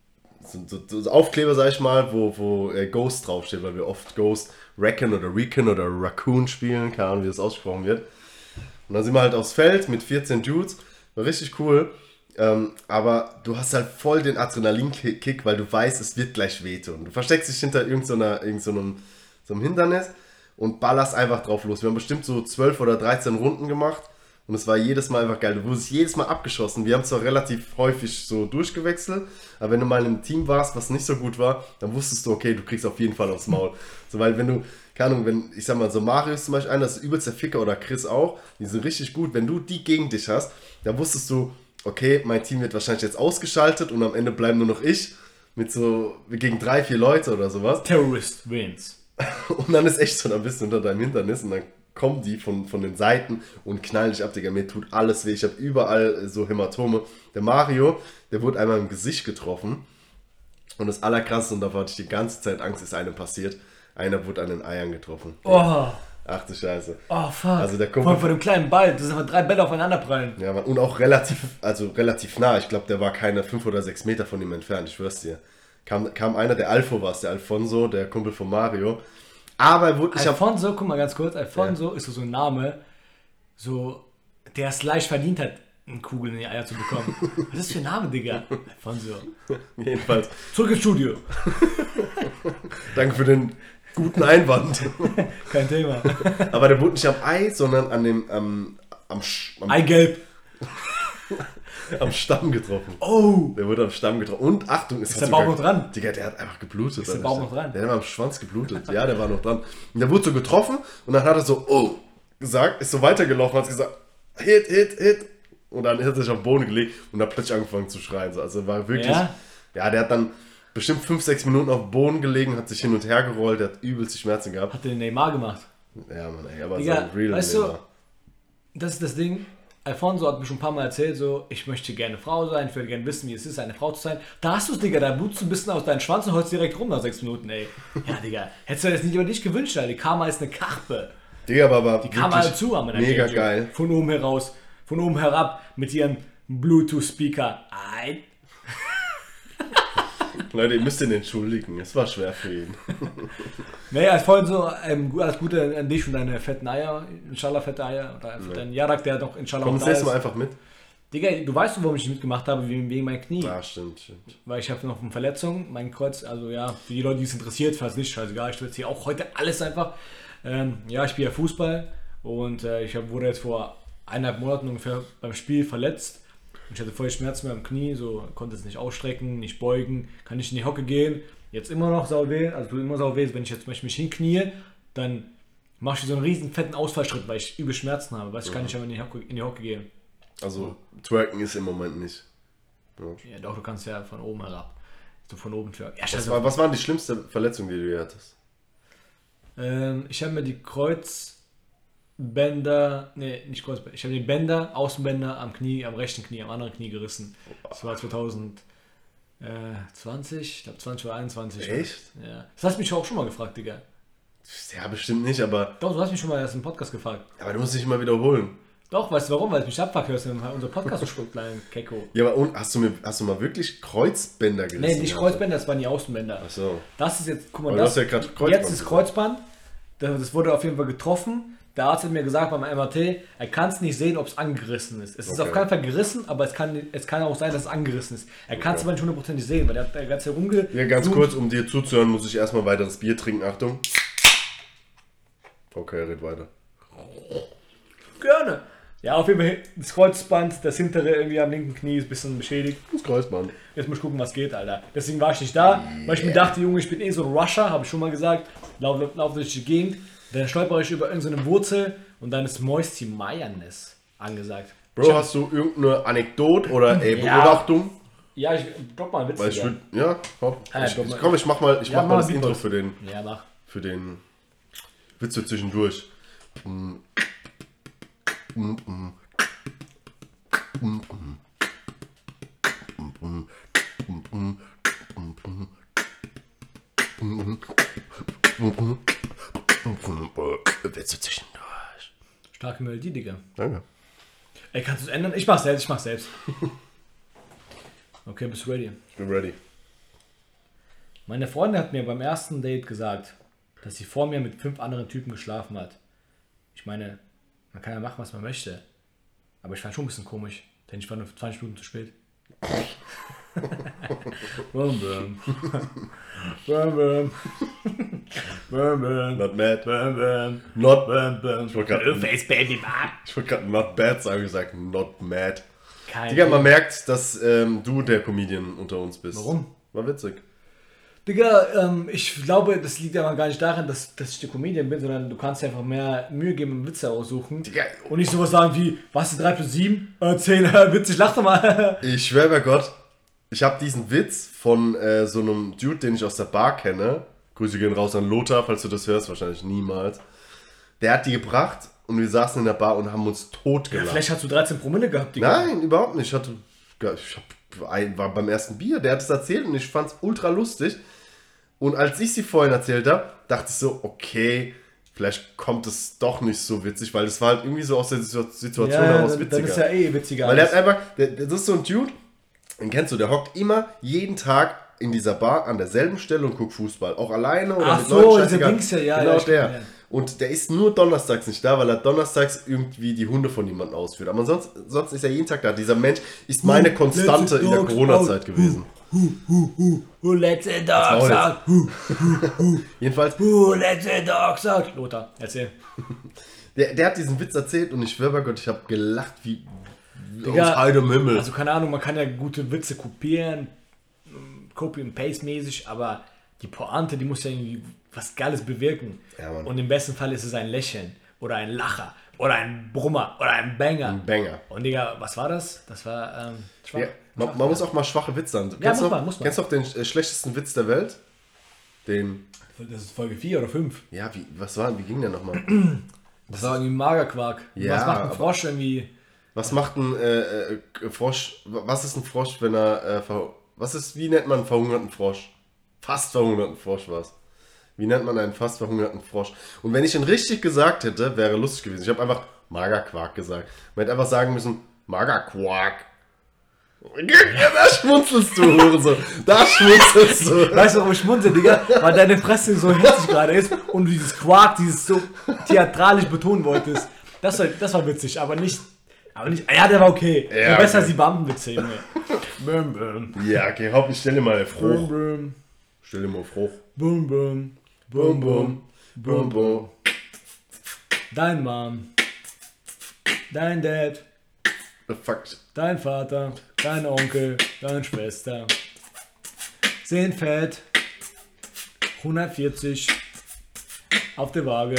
so, so, so, so Aufkleber, sag ich mal, wo, wo äh, Ghost draufsteht, weil wir oft Ghost, Racken oder Recon oder Raccoon spielen, keine Ahnung, wie das ausgesprochen wird. Und dann sind wir halt aufs Feld mit vierzehn Dudes, war richtig cool, ähm, aber du hast halt voll den Adrenalin-Kick, weil du weißt, es wird gleich wehtun. Du versteckst dich hinter irgendeiner, irgend so einem, so einem Hindernis und ballerst einfach drauf los. Wir haben bestimmt so zwölf oder dreizehn Runden gemacht und es war jedes Mal einfach geil. Du wurdest jedes Mal abgeschossen. Wir haben zwar relativ häufig so durchgewechselt, aber wenn du mal in einem Team warst, was nicht so gut war, dann wusstest du, okay, du kriegst auf jeden Fall aufs Maul. So, weil wenn du, keine Ahnung, wenn, ich sag mal, so Mario ist zum Beispiel einer, das ist übelst der Ficker oder Chris auch, die sind richtig gut. Wenn du die gegen dich hast, dann wusstest du, okay, mein Team wird wahrscheinlich jetzt ausgeschaltet und am Ende bleiben nur noch ich mit so, gegen drei, vier Leute oder sowas. Terrorist wins. Und dann ist echt so, dann bist du unter deinem Hindernis und dann kommen die von, von den Seiten und knallen dich ab, Digga. Mir tut alles weh. Ich habe überall so Hämatome. Der Mario, der wurde einmal im Gesicht getroffen. Und das Allerkrasseste, und davor hatte ich die ganze Zeit Angst, ist einem passiert. Einer wurde an den Eiern getroffen. Oh, Ach du Scheiße. oh fuck. Also der Vor, Kumpel, vor dem kleinen Ball, das sind einfach drei Bälle aufeinander prallen. ja, Mann, und auch relativ, also relativ nah. Ich glaube, der war keine fünf oder sechs Meter von ihm entfernt, ich schwör's dir. Kam, kam einer, der Alfo war es, der Alfonso, der Kumpel von Mario. Aber er wurde nicht auf... Alfonso, guck mal ganz kurz, Alfonso ist so ein Name, so, der es leicht verdient hat, eine Kugel in die Eier zu bekommen. Was ist das für ein Name, Digga? Alfonso. Jedenfalls. Zurück ins Studio. Danke für den guten Einwand. Kein Thema. Aber der wurde nicht am Ei, sondern an dem, ähm, am, Sch- am, Eigelb. am Stamm getroffen. Oh. Der wurde am Stamm getroffen. Und Achtung, es Ist hat der sogar- Bauch noch dran? Digga, der hat einfach geblutet. Ist der Alter. Bauch noch dran? Der hat am Schwanz geblutet. Ja, der war noch dran. Und der wurde so getroffen und dann hat er so, oh, gesagt, ist so weitergelaufen, hat gesagt, hit, hit, hit. Und dann hat er sich auf den Boden gelegt und hat plötzlich angefangen zu schreien. So. Also war wirklich, ja? Ja? Der hat dann bestimmt fünf, sechs Minuten auf dem Boden gelegen, hat sich hin und her gerollt, der hat übelst die Schmerzen gehabt. Hat den Neymar gemacht. Ja, Mann, ey, aber Digga, so ein real weißt du, Neymar. Das ist das Ding. Alfonso hat mir schon ein paar Mal erzählt, so, ich möchte gerne Frau sein, ich würde gerne wissen, wie es ist, eine Frau zu sein. Da hast du es, Digga, da blutst du ein bisschen aus deinem Schwanz und holst direkt rum nach sechs Minuten, ey. Ja, Digga, hättest du das nicht über dich gewünscht, Alter. Die Karma ist eine Karpe. Digga, aber, aber Die kam halt zu, haben wir mega geil. Von oben heraus, von oben herab mit ihrem Bluetooth-Speaker. Ein. Leute, ihr müsst ihn entschuldigen, es war schwer für ihn. Naja, Alfonso, ähm, alles Gute an dich und deine fetten Eier, inshallah fette Eier, oder für deinen Jarak, der doch inshallah Komm, auch das da nächste Mal ist. einfach mit. Digga, du weißt, warum ich nicht mitgemacht habe, wegen, wegen meinem Knie. Ah, stimmt, stimmt. Weil ich habe noch eine Verletzung, mein Kreuz, also ja, für die Leute, die es interessiert, falls nicht, scheißegal, ich will jetzt hier auch heute alles einfach. Ähm, ja, ich spiele ja Fußball und äh, ich hab, wurde jetzt vor eineinhalb Monaten ungefähr beim Spiel verletzt. Ich hatte voll Schmerzen beim Knie, so konnte es nicht ausstrecken, nicht beugen, kann nicht in die Hocke gehen. Jetzt immer noch sau weh, also tut immer sau weh, wenn ich jetzt zum Beispiel mich hinknie, dann mache ich so einen riesen fetten Ausfallschritt, weil ich übel Schmerzen habe, weißt du, ich kann nicht aber in die Hocke, in die Hocke gehen. Also, twerken ist im Moment nicht. Ja. Ja doch, du kannst ja von oben herab, so von oben twerken. Ja, Was, scheiße. war, was waren die schlimmste Verletzung, die du hier hattest? Ähm, ich habe mir die Kreuzbänder, nee, nicht Kreuzbänder, ich habe die Bänder, Außenbänder am Knie, am rechten Knie, am anderen Knie gerissen. Das war zwanzig zwanzig, ich glaube zwanzig oder einundzwanzig. Echt? Ja. Das hast du mich auch schon mal gefragt, Digga. Ja, bestimmt nicht, aber, Doch, du hast mich schon mal erst im Podcast gefragt. aber du musst dich immer wiederholen. Doch, weißt du warum? Weil ich mich abfuck hörst in unser Podcast so klein Kecko. Ja, aber und, hast, du mir, hast du mal wirklich Kreuzbänder gerissen? Nee, nicht Kreuzbänder, das waren die Außenbänder. Ach so. Das ist jetzt, guck mal, Aber du das, hast ja gerade Kreuzband jetzt ist gesagt. Kreuzband, das das wurde auf jeden Fall getroffen. Der Arzt hat mir gesagt beim M R T, er kann es nicht sehen, ob es angerissen ist. Es ist Okay. auf keinen Fall gerissen, aber es kann, es kann auch sein, dass es angerissen ist. Er kann es Okay. aber nicht hundertprozentig sehen, weil der hat der ganze rumge... Ja, ganz kurz, um dir zuzuhören, muss ich erstmal weiteres Bier trinken. Achtung. Okay, red weiter. Gerne. Ja, auf jeden Fall das Kreuzband, das hintere irgendwie am linken Knie ist ein bisschen beschädigt. Das Kreuzband. Jetzt muss ich gucken, was geht, Alter. Deswegen war ich nicht da, yeah. weil ich mir dachte, Junge, ich bin eh so ein Rusher, habe ich schon mal gesagt. Laufe lauf durch die Gegend, dann stolper ich über irgendeine Wurzel und dann ist Moisty Mayerness angesagt. Bro, hast du irgendeine Anekdote oder ey, Beobachtung? Ja, ich drop mal einen Witz. Weil ich würd, ja, komm. Ah, ich, ja, ich, komm, ich mach mal, ich ja, mach mal mach das Intro für den, ja, mach. für den Witz für zwischendurch. Witze zwischendurch. Starke Melodie, Digga. Danke. Ey, kannst du es ändern? Ich mach selbst, ich mach selbst. Okay, bist du ready? Ich bin ready. Meine Freundin hat mir beim ersten Date gesagt, dass sie vor mir mit fünf anderen Typen geschlafen hat. Ich meine, man kann ja machen, was man möchte. Aber ich fand schon ein bisschen komisch, denn ich war nur zwanzig Minuten zu spät. Bum, bum. Bum, bum. Bum, bum. Not mad. Bum, bum. Not Bum, bum. Ich wollte gerade Face, baby, bam. ich wollt grad not bad sagen, gesagt, not mad. Kein Digga, man merkt, dass ähm, du der Comedian unter uns bist. Warum? War witzig. Digga, ähm, ich glaube, das liegt aber gar nicht daran, dass, dass ich der Comedian bin, sondern du kannst dir einfach mehr Mühe geben und Witze aussuchen. Digga. Und nicht sowas sagen wie, was ist drei plus sieben? Äh, zehn, äh, witzig, lach doch mal. Ich schwör bei Gott, ich habe diesen Witz von äh, so einem Dude, den ich aus der Bar kenne. Grüße gehen raus an Lothar, falls du das hörst, wahrscheinlich niemals. Der hat die gebracht und wir saßen in der Bar und haben uns totgelacht. Ja, vielleicht hast du dreizehn Promille gehabt, Digga. Nein, überhaupt nicht. Ich, hatte, ich hab, ein, war beim ersten Bier, der hat es erzählt und ich fand es ultra lustig. Und als ich sie vorhin erzählt habe, dachte ich so, okay, vielleicht kommt es doch nicht so witzig, weil das war halt irgendwie so aus der Situation ja, heraus dann, witziger. Dann ist ja eh witziger. Weil der hat einfach, der, das ist so ein Dude, den kennst du, der hockt immer jeden Tag in dieser Bar an derselben Stelle und guckt Fußball. Auch alleine oder Ach mit so, Leuten. dieser Dings ja, ja. Genau ja, der. ja. Und der ist nur donnerstags nicht da, weil er donnerstags irgendwie die Hunde von jemandem ausführt. Aber sonst, sonst ist er jeden Tag da. Dieser Mensch ist meine Konstante in der Corona-Zeit gewesen. Who, who, who, who let the dogs out? Who, who, who, Jedenfalls. Who let the dogs out? Lothar, erzähl. Der, der hat diesen Witz erzählt und ich schwör bei Gott, ich habe gelacht wie, wie Digga, aus heiterem Himmel. Also keine Ahnung, man kann ja gute Witze kopieren, Copy and Paste mäßig, aber die Pointe, die muss ja irgendwie was Geiles bewirken. Ja, Mann. Und im besten Fall ist es ein Lächeln oder ein Lacher oder ein Brummer oder ein Banger. Ein Banger. Und Digga, was war das? Das war ähm, schwach. Ja, man, man muss auch mal schwache Witze sagen. Ja, kennst muss du man, muss man. Kennst du auch den äh, schlechtesten Witz der Welt? Den. Das ist Folge vier oder fünf. Ja, wie, was war, wie ging der nochmal? Das war irgendwie Magerquark. Ja, was macht ein aber- Frosch irgendwie? Was macht ein äh, äh, Frosch? Was ist ein Frosch, wenn er äh, ver was ist, wie nennt man einen verhungerten Frosch? Fast verhungerten Frosch war es. Wie nennt man einen fast verhungerten Frosch? Und wenn ich ihn richtig gesagt hätte, wäre lustig gewesen. Ich habe einfach Magerquark gesagt. Man hätte einfach sagen müssen, Magerquark. Ja, da schmunzelst du, Hurensohn. Da schmunzelst du. Weißt du, warum ich schmunzel, Digga? Weil deine Fresse so hässlich gerade ist und du dieses Quark, dieses so theatralisch betonen wolltest. Das war, das war witzig, aber nicht. Aber nicht. Ja, der war okay. Ja, Ja, besser okay. als die Bambenwitze, Junge. Bum, bum. Ja, okay, hopp, ich stell dir mal eine Bum, Frucht. bum. Stell dir mal eine Frucht. Bum, bum. Bum, Bum, bum. Bum, bum. bum. Dein Mom. Dein Dad. Fuck. Dein Vater. Dein Onkel. Deine Schwester. Sind fett. hundertvierzig. Auf der Waage.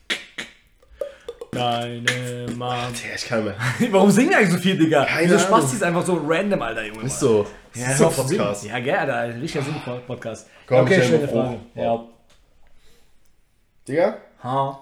Deine Mom. Ja, ich kann mehr. Warum singen wir eigentlich so viel, Digga? Keine Wieso Ahnung. Spaß ist einfach so random, Alter, Junge. Ist so. Das Ja, ist so hör auf zu singen. Podcast. Ja, gerne, Alter. Ein richtiger Sing-Podcast. Komm, okay, stell schöne mal vor. Frage. Ja. Digga? Ha.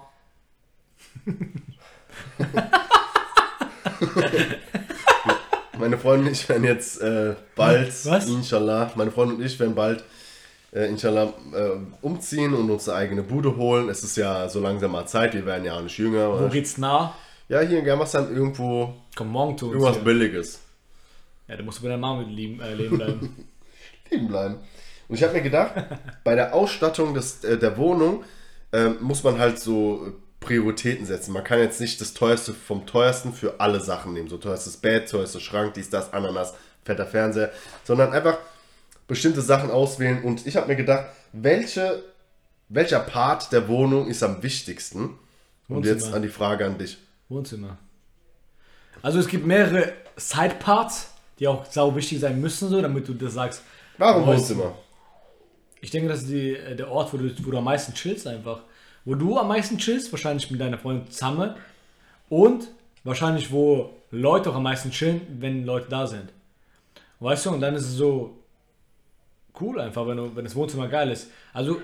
Meine Freundin und ich werden jetzt äh, bald, Was? inshallah, meine Freundin und ich werden bald, äh, inshallah, äh, umziehen und uns eine eigene Bude holen. Es ist ja so langsam mal Zeit, wir werden ja auch nicht jünger. Wo Oder? geht's nah? Ja, hier in Germersheim irgendwo, Komm morgen zu uns. irgendwas hier. Billiges. Ja, da musst du bei der Mama leben, äh, leben bleiben. Leben bleiben. Und ich habe mir gedacht, bei der Ausstattung des, äh, der Wohnung ähm, muss man halt so äh, Prioritäten setzen. Man kann jetzt nicht das teuerste vom teuersten für alle Sachen nehmen. So teuerstes Bett, teuerster Schrank, dies, das, Ananas, fetter Fernseher. Sondern einfach bestimmte Sachen auswählen. Und ich habe mir gedacht, welche, welcher Part der Wohnung ist am wichtigsten? Und Wohnzimmer. jetzt an die Frage an dich. Wohnzimmer. Also es gibt mehrere Sideparts, die auch sau wichtig sein müssen, so, damit du das sagst. Warum Oh, Wohnzimmer? Ich denke, das ist die, der Ort, wo du, wo du am meisten chillst einfach. Wo du am meisten chillst, wahrscheinlich mit deiner Freundin zusammen. Und wahrscheinlich, wo Leute auch am meisten chillen, wenn Leute da sind. Weißt du, und dann ist es so cool einfach, wenn, du, wenn das Wohnzimmer geil ist. Also,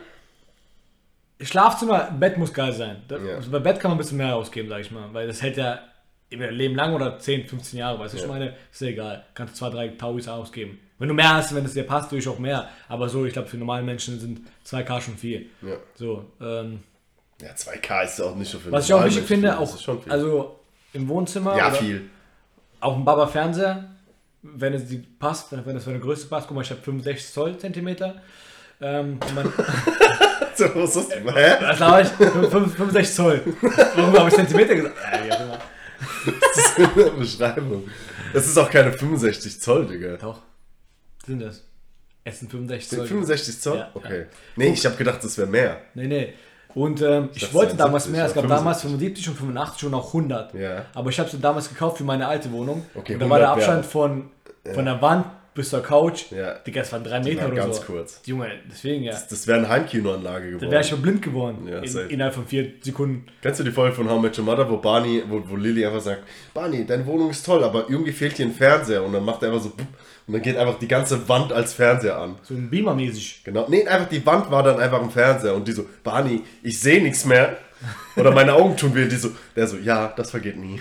Schlafzimmer, Bett muss geil sein. Da, Ja. also bei Bett kann man ein bisschen mehr ausgeben, sag ich mal. Weil das hält ja über ein Leben lang oder zehn, fünfzehn Jahre, weißt du, Ja. ich meine, ist ja egal. Kannst du zwei, drei Tauis ausgeben. Wenn du mehr hast, wenn es dir passt, durch auch mehr. Aber so, ich glaube, für normale Menschen sind zwei K schon viel. Ja. So, ähm, Ja, zwei K ist ja auch nicht so viel. was ich auch normale wichtig Menschen finde, viel. Das auch, ist schon viel. also im Wohnzimmer, ja, oder viel. auch ein Baba-Fernseher, wenn es die passt, wenn wenn es für eine Größe passt. Guck mal, ich habe fünfundsechzig Zoll Zentimeter. Ähm, man, So, was ist das? Hä? was glaube ich? fünfundsechzig Zoll. Warum habe ich Zentimeter gesagt? Ja, wie auch immer. Das ist eine Beschreibung. Das ist auch keine fünfundsechzig Zoll, Digga. Doch. Sind das? Es sind fünfundsechzig Sind Zoll. fünfundsechzig Zoll? Ja, Okay. Nee, ich habe gedacht, das wäre mehr. Nee, nee. Und ähm, ich dachte, wollte damals zweiundsiebzig, mehr. Es gab oder damals fünfundsiebzig und fünfundachtzig und auch hundert. Ja. Aber ich habe sie damals gekauft für meine alte Wohnung. Okay, und da war der hundert wäre Abstand auch- von, von der Wand bis zur Couch. Ja. Digga, es waren drei Meter war oder ganz so. kurz. Junge, deswegen ja. Das wäre eine Heimkinoanlage Da geworden. wäre ich schon blind geworden. Ja, in, safe. innerhalb von vier Sekunden. Kennst du die Folge von How I Met Your Mother, wo Barney, wo, wo Lily einfach sagt, Barney, deine Wohnung ist toll, aber irgendwie fehlt hier ein Fernseher. Und dann macht er einfach so, pup, und dann geht einfach die ganze Wand als Fernseher an. So ein Beamer-mäßig. Genau. Nee, einfach die Wand war dann einfach ein Fernseher. Und die so, Barney, ich sehe nichts mehr. Oder meine Augen tun weh. Die so, der so, ja, das vergeht nie.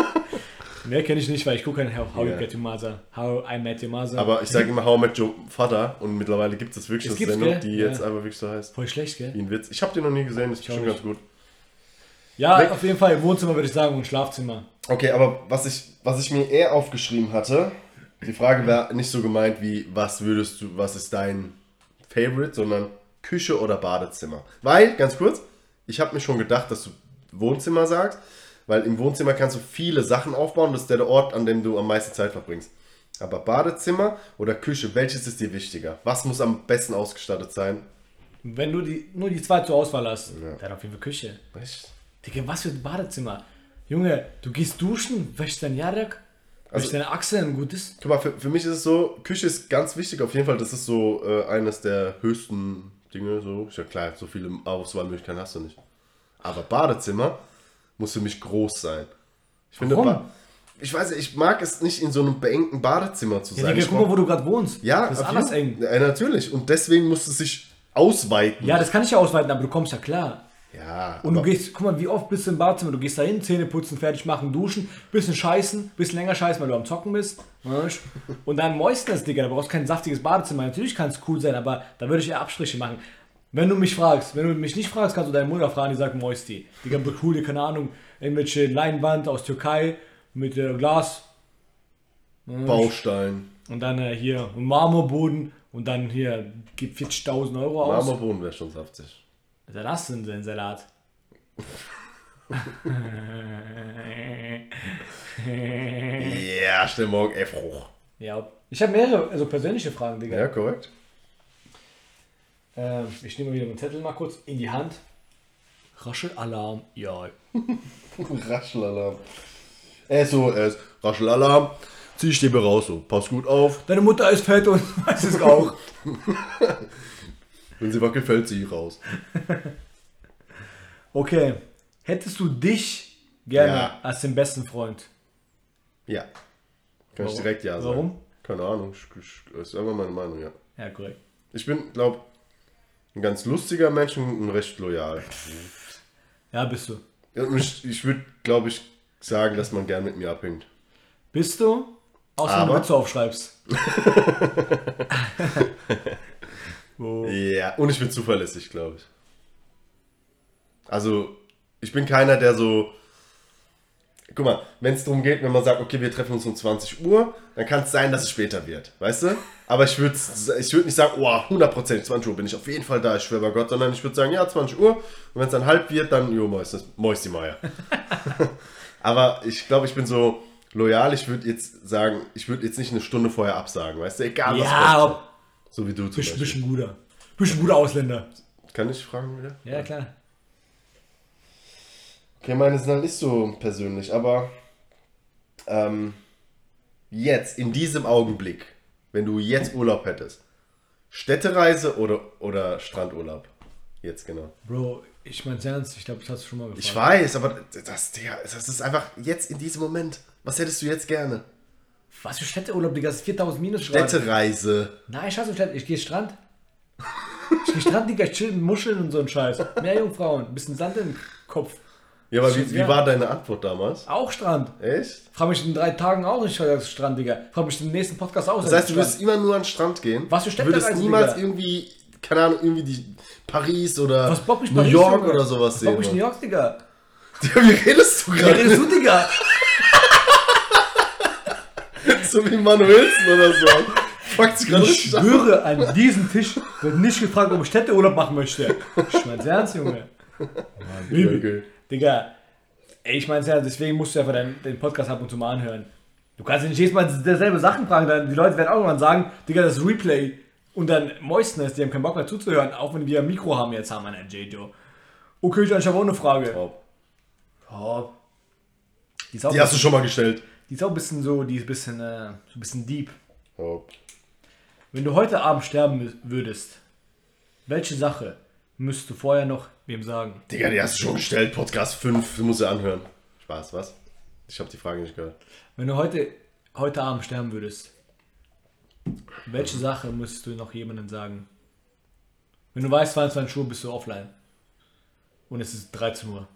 Mehr kenne ich nicht, weil ich gucke kein How, How Ja. You Get Your Mother. How I Met Your Mother. Aber ich sage immer How I Met Your Father. Und mittlerweile gibt es wirklich Es eine gibt's, Sendung, gell? die Ja. jetzt einfach wirklich so heißt. Voll schlecht, gell? Wie ein Witz. Ich habe die noch nie gesehen, das ist auch bestimmt ganz nicht. gut. Ja, Weg. auf jeden Fall Wohnzimmer würde ich sagen und Schlafzimmer. Okay, aber was ich, was ich mir eher aufgeschrieben hatte, die Frage wäre nicht so gemeint wie, was würdest du, was ist dein Favorite, sondern Küche oder Badezimmer. Weil, ganz kurz, ich habe mir schon gedacht, dass du Wohnzimmer sagst, weil im Wohnzimmer kannst du viele Sachen aufbauen, das ist der Ort, an dem du am meisten Zeit verbringst. Aber Badezimmer oder Küche, welches ist dir wichtiger? Was muss am besten ausgestattet sein? Wenn du die, nur die zwei zur Auswahl hast, Ja. dann auf jeden Fall Küche. Echt? Digga, was für ein Badezimmer? Junge, du gehst duschen, wäschst dein Jarek, wäschst Also- deine Achseln und gut ist. Guck mal, für, für mich ist es so, Küche ist ganz wichtig, auf jeden Fall, das ist so äh, eines der höchsten Dinge, so. Ist ja klar, so viele Auswahlmöglichkeiten hast du nicht. Aber Badezimmer muss für mich groß sein. Ich finde, Warum? Ba- ich weiß nicht, ich mag es nicht in so einem beengten Badezimmer zu Ja, sein. Digga, Ich guck mal, brauch- wo du gerade wohnst. ja, das ist auf alles jeden- eng. Ja, natürlich. Und deswegen muss es sich ausweiten. Ja, das kann ich ja ausweiten, aber du kommst ja klar. ja Und du aber- gehst, guck mal, wie oft bist du im Badezimmer? Du gehst da hin, Zähne putzen, fertig machen, duschen, bisschen scheißen, bisschen länger scheißen, weil du am Zocken bist. weißt? Und dann moisten das, Digga. Da brauchst du kein saftiges Badezimmer. Natürlich kann es cool sein, aber da würde ich eher Abstriche machen. Wenn du mich fragst, wenn du mich nicht fragst, kannst du deine Mutter fragen, die sagt Moisti. Digga, coole, keine Ahnung, irgendwelche Leinwand aus Türkei mit äh, Glas. Baustein. Und dann äh, hier ein Marmorboden und dann hier gibt vierzigtausend Euro aus. Marmorboden wäre schon saftig. Was ist das denn, sein Salat? Ja, stell morgen F hoch. Ja, ich habe mehrere also persönliche Fragen, Digga. Ja, korrekt. Ähm, ich nehme mal wieder meinen Zettel mal kurz in die Hand. Raschelalarm, ja. Raschelalarm. Er ist so, er ist Raschelalarm. Zieh ich dir raus, so. Pass gut auf. Deine Mutter ist fett und weiß es auch. Wenn sie wackelt, fällt sie raus. Okay, hättest du dich gerne Ja. als den besten Freund? Ja. Kann ich Warum? direkt ja sagen. Warum? Keine Ahnung. Ich, ich, das ist einfach meine Meinung, ja. Ja, korrekt. Ich bin, glaube ein ganz lustiger Mensch und recht loyal. Ja, bist du. Ja, und ich, ich würde, glaube ich, sagen, dass man gern mit mir abhängt. Bist du? Außer wenn du Aber- Witze aufschreibst. Wo? Ja, und ich bin zuverlässig, glaube ich. Also, ich bin keiner, der so... Guck mal, wenn es darum geht, wenn man sagt, okay, wir treffen uns um zwanzig Uhr, dann kann es sein, dass es später wird, weißt du? Aber ich würde ich würd nicht sagen, oh, hundert Prozent zwanzig Uhr bin ich auf jeden Fall da, ich schwöre bei Gott, sondern ich würde sagen, ja, zwanzig Uhr, und wenn es dann halb wird, dann, jo, Mäusti Meier. Aber ich glaube, ich bin so loyal, ich würde jetzt sagen, ich würde jetzt nicht eine Stunde vorher absagen, weißt du? Egal, was Ja, kommt. ob- So wie du zum bisschen, Beispiel. bisschen guter. Bisschen guter Ausländer. Kann ich fragen wieder? Ja, klar. Okay, meine sind halt nicht so persönlich, aber Ähm, jetzt, in diesem Augenblick, wenn du jetzt Urlaub hättest, Städtereise oder, oder Strandurlaub? Jetzt genau. Bro, ich mein's ernst, ich glaube, das hast du schon mal gefragt. Ich weiß, aber das, Digga, das ist einfach jetzt in diesem Moment. Was hättest du jetzt gerne? Was für Städteurlaub, Digga, das ist viertausend Minusgrad. Städtereise. Nein, ich hasse Städte, ich gehe Strand. Ich gehe Strand, Digga, ich chill mit Muscheln und so ein Scheiß. Mehr Jungfrauen, ein bisschen Sand im Kopf. Ja, aber wie, wie war deine Antwort damals? Auch Strand. Echt? Frag mich in drei Tagen auch, ich sage Strand, Digga. Frag mich im nächsten Podcast auch. Das heißt, du wirst immer nur an den Strand gehen? Was für Du Städtereise, würdest niemals Digga? irgendwie, keine Ahnung, irgendwie die Paris oder Was bock mich New Paris, York Junge? oder sowas Was sehen. bock mich New York, Digga? Digga, wie redest du Wie gerade? redest du, Digga? So wie Manuelsen oder so. Fuck sich gerade Ich richtig ab. schwöre, an diesem Tisch wird nicht gefragt, ob ich Städteurlaub machen möchte. Ich mein's ernst, Junge. Okay, okay. Digga, ey, ich mein's ernst, deswegen musst du einfach deinen, den Podcast ab und zu mal anhören. Du kannst nicht jedes Mal dasselbe Sachen fragen, dann die Leute werden auch irgendwann sagen, Digga, das Replay und dann Moistness, die haben keinen Bock mehr zuzuhören, auch wenn wir ein Mikro haben jetzt haben, an J Joe. Okay, ich habe auch eine Frage. Top. Oh. Die, ist auch Die hast du schon mal gestellt. die ist auch ein bisschen so, die ist ein bisschen, äh, so ein bisschen deep. Top. Wenn du heute Abend sterben mü- würdest, welche Sache müsstest du vorher noch wem sagen? Digga, die hast du schon gestellt. Podcast fünf, du musst ja anhören. Spaß, was? Ich habe die Frage nicht gehört. Wenn du heute, heute Abend sterben würdest, welche Sache müsstest du noch jemandem sagen? Wenn du weißt, zweiundzwanzig Uhr bist du offline. Und es ist dreizehn Uhr.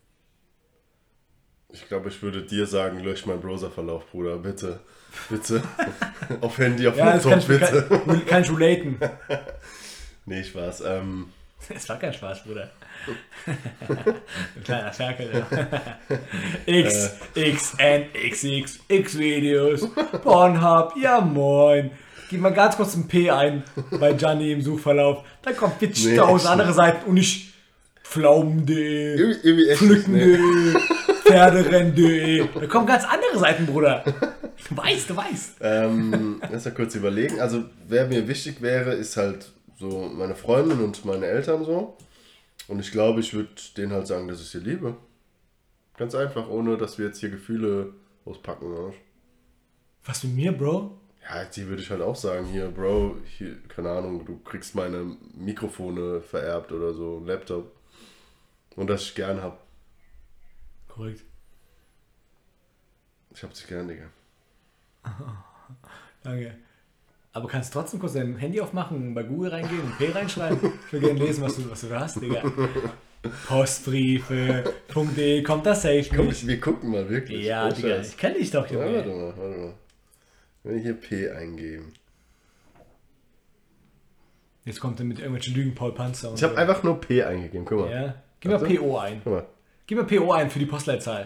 Ich glaube, ich würde dir sagen, lösch meinen Browserverlauf, Bruder. Bitte. Bitte. Auf Handy, auf Ja, das kann Laptop, ich, bitte. kann, kann ich relaten. Nee, Spaß. Ähm, Es war kein Spaß, Bruder. Ein kleiner Ferkel, ja. X, X, N, X, X, X-Videos, Pornhub, ja moin. Gib mal ganz kurz ein P ein bei Gianni im Suchverlauf. Da kommt vierzigtausend Nee, andere Seiten und nicht pflaumen punkt de, irgendwie, irgendwie echt pflücken nicht, nee. punkt de, pferderennen punkt de. Da kommen ganz andere Seiten, Bruder. Du weißt, du weißt. Ähm, lass mal kurz überlegen. Also, wer mir wichtig wäre, ist halt so meine Freundin und meine Eltern so. Und ich glaube, ich würde denen halt sagen, dass ich sie liebe. Ganz einfach, ohne dass wir jetzt hier Gefühle auspacken. Oder? Was mit mir, Bro? Ja, die würde ich halt auch sagen, hier, Bro, hier, keine Ahnung, du kriegst meine Mikrofone vererbt oder so, einen Laptop. Und dass ich gern hab. Korrekt. Ich hab dich gern, Digga. Danke. Aber kannst du trotzdem kurz dein Handy aufmachen, bei Google reingehen und P reinschreiben? Ich will gerne lesen, was du, was du da hast, Digga. Postbriefe, .de, kommt das safe Komm, nicht? ich, wir gucken mal wirklich. Ja, Oh, Digga, Scheiß. ich kenne dich doch, Ja, warte Junge. mal, warte mal. Wenn wir hier P eingeben. Jetzt kommt er mit irgendwelchen Lügen, Paul Panzer und Ich habe so. einfach nur P eingegeben, guck mal. Ja. Gib mal Warte. P O ein. Guck mal. Gib mal P O ein für die Postleitzahl.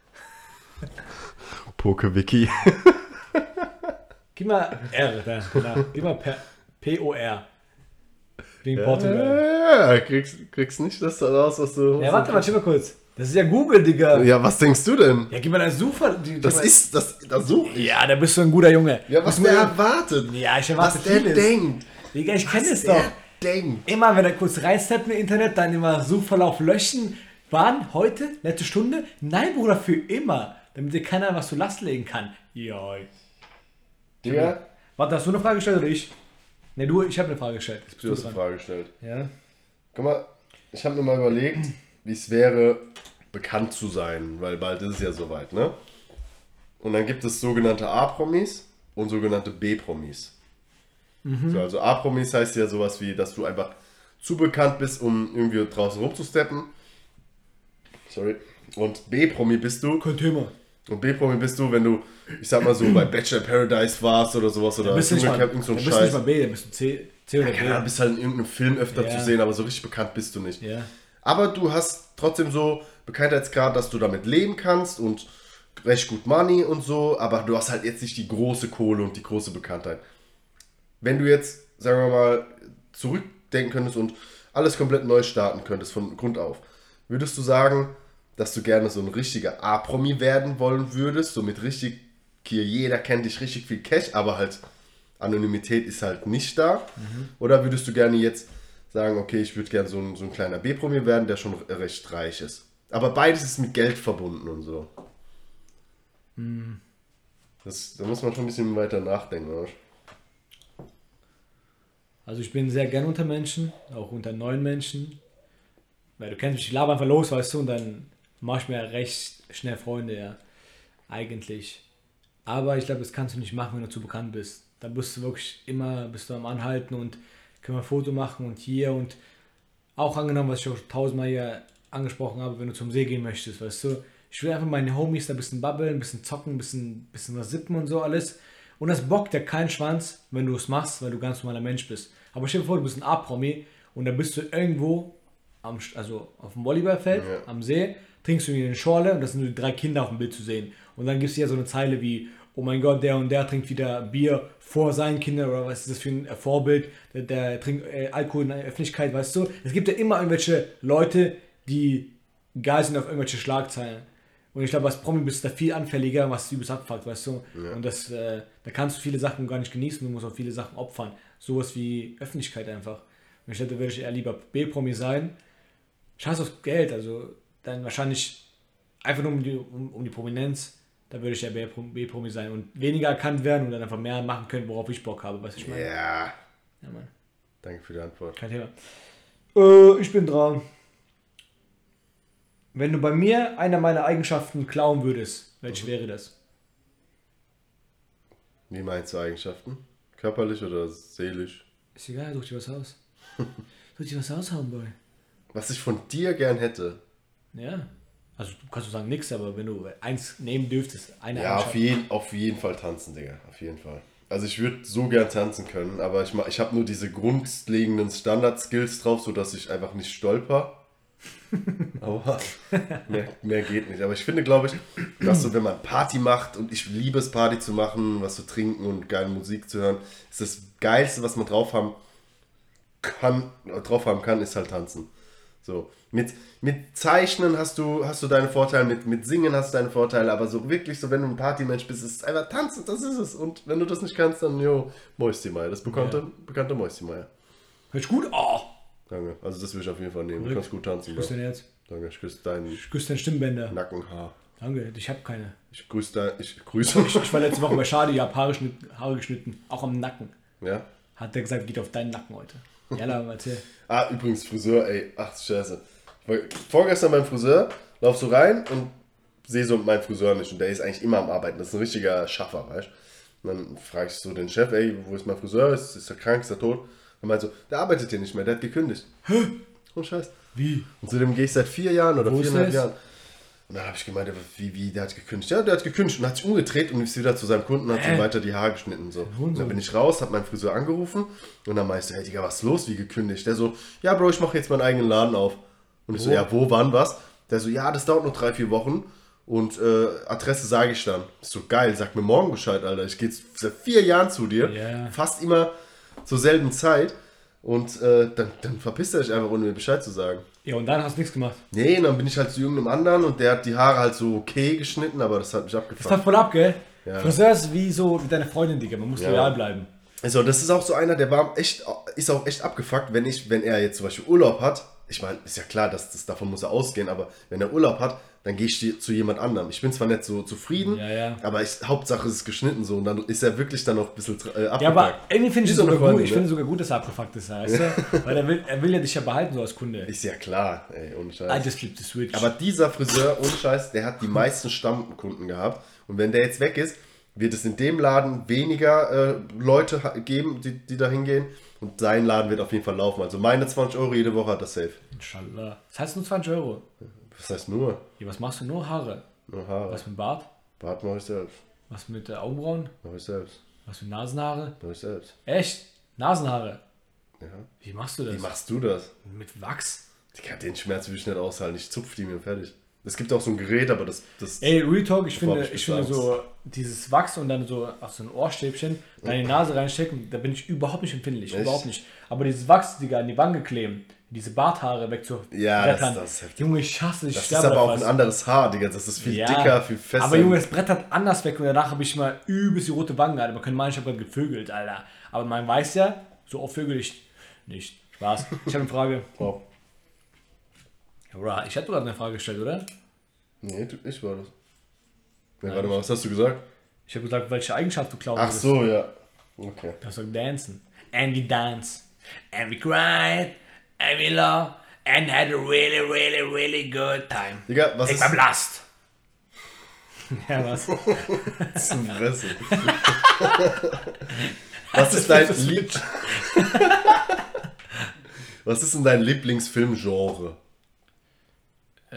Pokewiki. Gib mal R, da, da. Gib mal per- P O R. Wegen Portugal. Ja, kriegst, kriegst nicht das da raus, was du... Ja, warte mal, chill mal kurz. Das ist ja Google, Digga. Ja, was denkst du denn? Ja, gib mal deine Suchver... die- Das gib mal- ist, das, das suche ich. Ja, da bist du ein guter Junge. Ja, was Muss der man- erwartet. Ja, ich erwarte Was der vieles. denkt. Digga, ich kenne Was es doch. der denkt. Immer, wenn er kurz reinsteppt im Internet, dann immer Suchverlauf löschen. Wann? Heute? Letzte Stunde? Nein, Bruder, für immer. Damit dir keiner was zur Last legen kann. Ja. Digga, Warte, hast du eine Frage gestellt oder ich? Ne, du, ich habe eine Frage gestellt. Jetzt bist du hast dran. eine Frage gestellt. Ja. Guck mal, ich habe mir mal überlegt, wie es wäre, bekannt zu sein, weil bald ist es ja soweit, ne? Und dann gibt es sogenannte A-Promis und sogenannte B-Promis. Mhm. So, also A-Promis heißt ja sowas wie, dass du einfach zu bekannt bist, um irgendwie draußen rumzusteppen. Sorry. Und B-Promi bist du. Kein Thema. Und B-Promi bist du, wenn du, ich sag mal so, bei Bachelor Paradise warst oder sowas oder Bist du nicht mal, Dschungelcamp, irgend so dann ein bist du nicht Scheiß. mal B, dann bist du C, C oder Ja, du B. bist halt in irgendeinem Film öfter Ja. zu sehen, aber so richtig bekannt bist du nicht. Ja. Aber du hast trotzdem so Bekanntheitsgrad, dass du damit leben kannst und recht gut Money und so, aber du hast halt jetzt nicht die große Kohle und die große Bekanntheit. Wenn du jetzt, sagen wir mal, zurückdenken könntest und alles komplett neu starten könntest von Grund auf, würdest du sagen, dass du gerne so ein richtiger A-Promi werden wollen würdest, so mit richtig, hier jeder kennt dich, richtig viel Cash, aber halt Anonymität ist halt nicht da? Mhm. Oder würdest du gerne jetzt sagen, okay, ich würde gerne so ein, so ein kleiner B-Promi werden, der schon recht reich ist? Aber beides ist mit Geld verbunden und so. Hm. Das, da muss man schon ein bisschen weiter nachdenken, oder? Also ich bin sehr gern unter Menschen, auch unter neuen Menschen. Weil du kennst mich, ich laber einfach los, weißt du, und dann mach ich mir recht schnell Freunde, ja. Eigentlich. Aber ich glaube, das kannst du nicht machen, wenn du zu bekannt bist. Da bist du wirklich immer, bist du am Anhalten und können wir ein Foto machen und hier und auch angenommen, was ich auch tausendmal hier angesprochen habe, wenn du zum See gehen möchtest, weißt du. Ich will einfach meine Homies da ein bisschen babbeln, ein bisschen zocken, ein bisschen, bisschen was sippen und so alles. Und das bockt ja keinen Schwanz, wenn du es machst, weil du ganz normaler Mensch bist. Aber stell dir vor, du bist ein A-Promi und dann bist du irgendwo, am, also auf dem Volleyballfeld, Ja. am See, trinkst du in eine Schorle und das sind nur die drei Kinder auf dem Bild zu sehen. Und dann gibt es ja so eine Zeile wie, oh mein Gott, der und der trinkt wieder Bier vor seinen Kindern oder was ist das für ein Vorbild, der, der trinkt äh, Alkohol in der Öffentlichkeit, weißt du. Es gibt ja immer irgendwelche Leute, die geil sind auf irgendwelche Schlagzeilen. Und ich glaube, als Promi bist du da viel anfälliger, was übelst abfuckt, weißt du. Ja. Und das, äh, da kannst du viele Sachen gar nicht genießen, du musst auch viele Sachen opfern. Sowas wie Öffentlichkeit einfach. Und ich glaube, da würde ich eher lieber B-Promi sein. Scheiß auf Geld, also dann wahrscheinlich einfach nur um die, um, um die Prominenz, da würde ich eher B-Promi sein und weniger erkannt werden und dann einfach mehr machen können, worauf ich Bock habe, weißt du, ich meine? Ja. Ja, Mann. Danke für die Antwort. Kein Thema. Äh, ich bin dran. Wenn du bei mir einer meiner Eigenschaften klauen würdest, welche wäre das? Wie meinst du Eigenschaften? Körperlich oder seelisch? Ist egal, such dir was aus. Such dir was aus, Homeboy. Was ich von dir gern hätte. Ja. Also du kannst du sagen nix, aber wenn du eins nehmen dürftest, eine Ja, auf Eigenschaft. jeden, auf jeden Fall tanzen, Digga. Auf jeden Fall. Also ich würde so gern tanzen können, aber ich, mach- ich habe nur diese grundlegenden Standard-Skills drauf, sodass ich einfach nicht stolper. Aber mehr, mehr geht nicht. Aber ich finde, glaube ich, dass so, wenn man Party macht und ich liebe es, Party zu machen, was zu trinken und geile Musik zu hören, ist das Geilste, was man drauf haben kann, drauf haben kann, ist halt tanzen. So. Mit, mit Zeichnen hast du, hast du deine Vorteile, mit, mit Singen hast du deine Vorteile, aber so wirklich, so wenn du ein Partymensch bist, ist es einfach tanzen, das ist es. Und wenn du das nicht kannst, dann, jo, Mäuschenmeier, das bekannte, Ja. bekannte Mäuschenmeier. Hört sich gut? Oh! Danke. Also das will ich auf jeden Fall nehmen. Du Glück. kannst gut tanzen, Ich Bro. küsse dein Herz. Danke, ich küsse deinen Ich küsse deinen Stimmbänder. Nackenhaar. Danke, ich habe keine. Ich grüße dein, ich grüße. Ich, ich war letzte Woche bei Schadi, ich habe Haare, schnitt, Haare geschnitten. Auch am Nacken. Ja? Hat der gesagt, geht auf deinen Nacken heute. Ja, erzähl. Ah, übrigens, Friseur, ey, ach, scheiße. Ich war vorgestern beim Friseur, lauf so rein und sehe so meinen Friseur nicht. Und der ist eigentlich immer am Arbeiten. Das ist ein richtiger Schaffer, weißt du? Und dann frage ich so den Chef, ey, wo ist mein Friseur? Ist, ist er krank? Ist er tot? Und meint so, der arbeitet hier nicht mehr, der hat gekündigt. Hä? Oh, Scheiß. Wie? Und zu dem gehe ich seit vier Jahren oder Wo ist viereinhalb das? Jahren. Und dann habe ich gemeint, wie, wie, der hat gekündigt. Ja, der hat gekündigt und hat sich umgedreht und ist wieder zu seinem Kunden und hat Hä? ihm weiter die Haare geschnitten. Und so. Und dann bin ich raus, hab meinen Friseur angerufen und dann meinte er, hey Digga, was ist los, wie gekündigt? Der so, ja Bro, ich mache jetzt meinen eigenen Laden auf. Und ich so, Wo? ja, wo, wann, was? Der so, ja, das dauert noch drei, vier Wochen und äh, Adresse sage ich dann. Ich so, geil, sag mir morgen Bescheid, Alter. Ich gehe jetzt seit vier Jahren zu dir, Ja. fast immer zur selben Zeit. Und äh, dann, dann verpisst er sich einfach, ohne mir Bescheid zu sagen. Ja, und dann hast du nichts gemacht. Nee, und dann bin ich halt zu irgendeinem anderen und der hat die Haare halt so okay geschnitten, aber das hat mich Das abgefuckt. fuckt voll ab, gell? Ja. Friseur ist wie so wie deine Freundin, Digga. Man muss Ja. loyal bleiben. Also, das ist auch so einer, der war echt, ist auch echt abgefuckt, wenn ich, wenn er jetzt zum Beispiel Urlaub hat. Ich meine, ist ja klar, dass das, davon muss er ausgehen, aber wenn er Urlaub hat, dann gehe ich die- zu jemand anderem. Ich bin zwar nicht so zufrieden, Ja, ja. aber ich, Hauptsache es ist geschnitten so und dann ist er wirklich dann noch ein bisschen äh, abgefuckt. Ja, aber irgendwie finde ich Wie es so eine sogar gut. Freundin, Ich ne? finde sogar gut, dass er abgefuckt ist, weißt du? Weil er will, er will ja dich ja behalten, so als Kunde. Ist ja klar, ey, ohne Scheiß. I just flip the switch. Aber dieser Friseur, ohne Scheiß, der hat die meisten Stammkunden gehabt. Und wenn der jetzt weg ist, wird es in dem Laden weniger äh, Leute ha- geben, die, die da hingehen. Und sein Laden wird auf jeden Fall laufen. Also meine zwanzig Euro jede Woche hat das safe. Inshallah. Das heißt nur zwanzig Euro. Das heißt nur, Ja, was machst du? Nur Haare. nur Haare. Was mit Bart? Bart mache ich selbst. Was mit äh, Augenbrauen? Mache ich selbst. Was mit Nasenhaare? Mache ich selbst. Echt? Nasenhaare? Ja. Wie machst du das? Wie machst du das? Mit Wachs? Digga, den Schmerz will ich nicht aushalten. Ich zupf die mir fertig. Es gibt auch so ein Gerät, aber das... das Ey, Real Talk, ich Davor finde, hab ich ich finde Angst. so dieses Wachs und dann so auf so ein Ohrstäbchen dann in die Nase reinstecken, da bin ich überhaupt nicht empfindlich, Echt? überhaupt nicht. Aber dieses Wachs, Digga, an die Wange kleben, diese Barthaare wegzurettern. Ja, das- das ist heftig. Junge, ich hasse, ich das ist sterbe aber auch fast. ein anderes Haar, Digga. Das ist viel Ja, dicker, viel fester. aber Junge, es brettert anders weg und danach habe ich mal übelst die rote Wange, Alter. Man könnte meinen, ich habe gerade gevögelt, Alter. Aber man weiß ja, so oft vögel ich nicht. Spaß. Ich habe eine Frage. Oh. Ja, Bro, ich hatte gerade eine Frage gestellt, oder? Nee, du- ich war das. Ja, warte mal, was hast du gesagt? Ich habe gesagt, welche Eigenschaft du glauben Ach so, ja. Okay. Du hast gesagt, dancen. And we dance. And we cried. And we love. And had a really, really, really good time. Digga, was Take ist... my blast. Ja, was? Zum Fresse. Was ist dein Lieb... Was ist denn dein Lieblingsfilmgenre? Äh,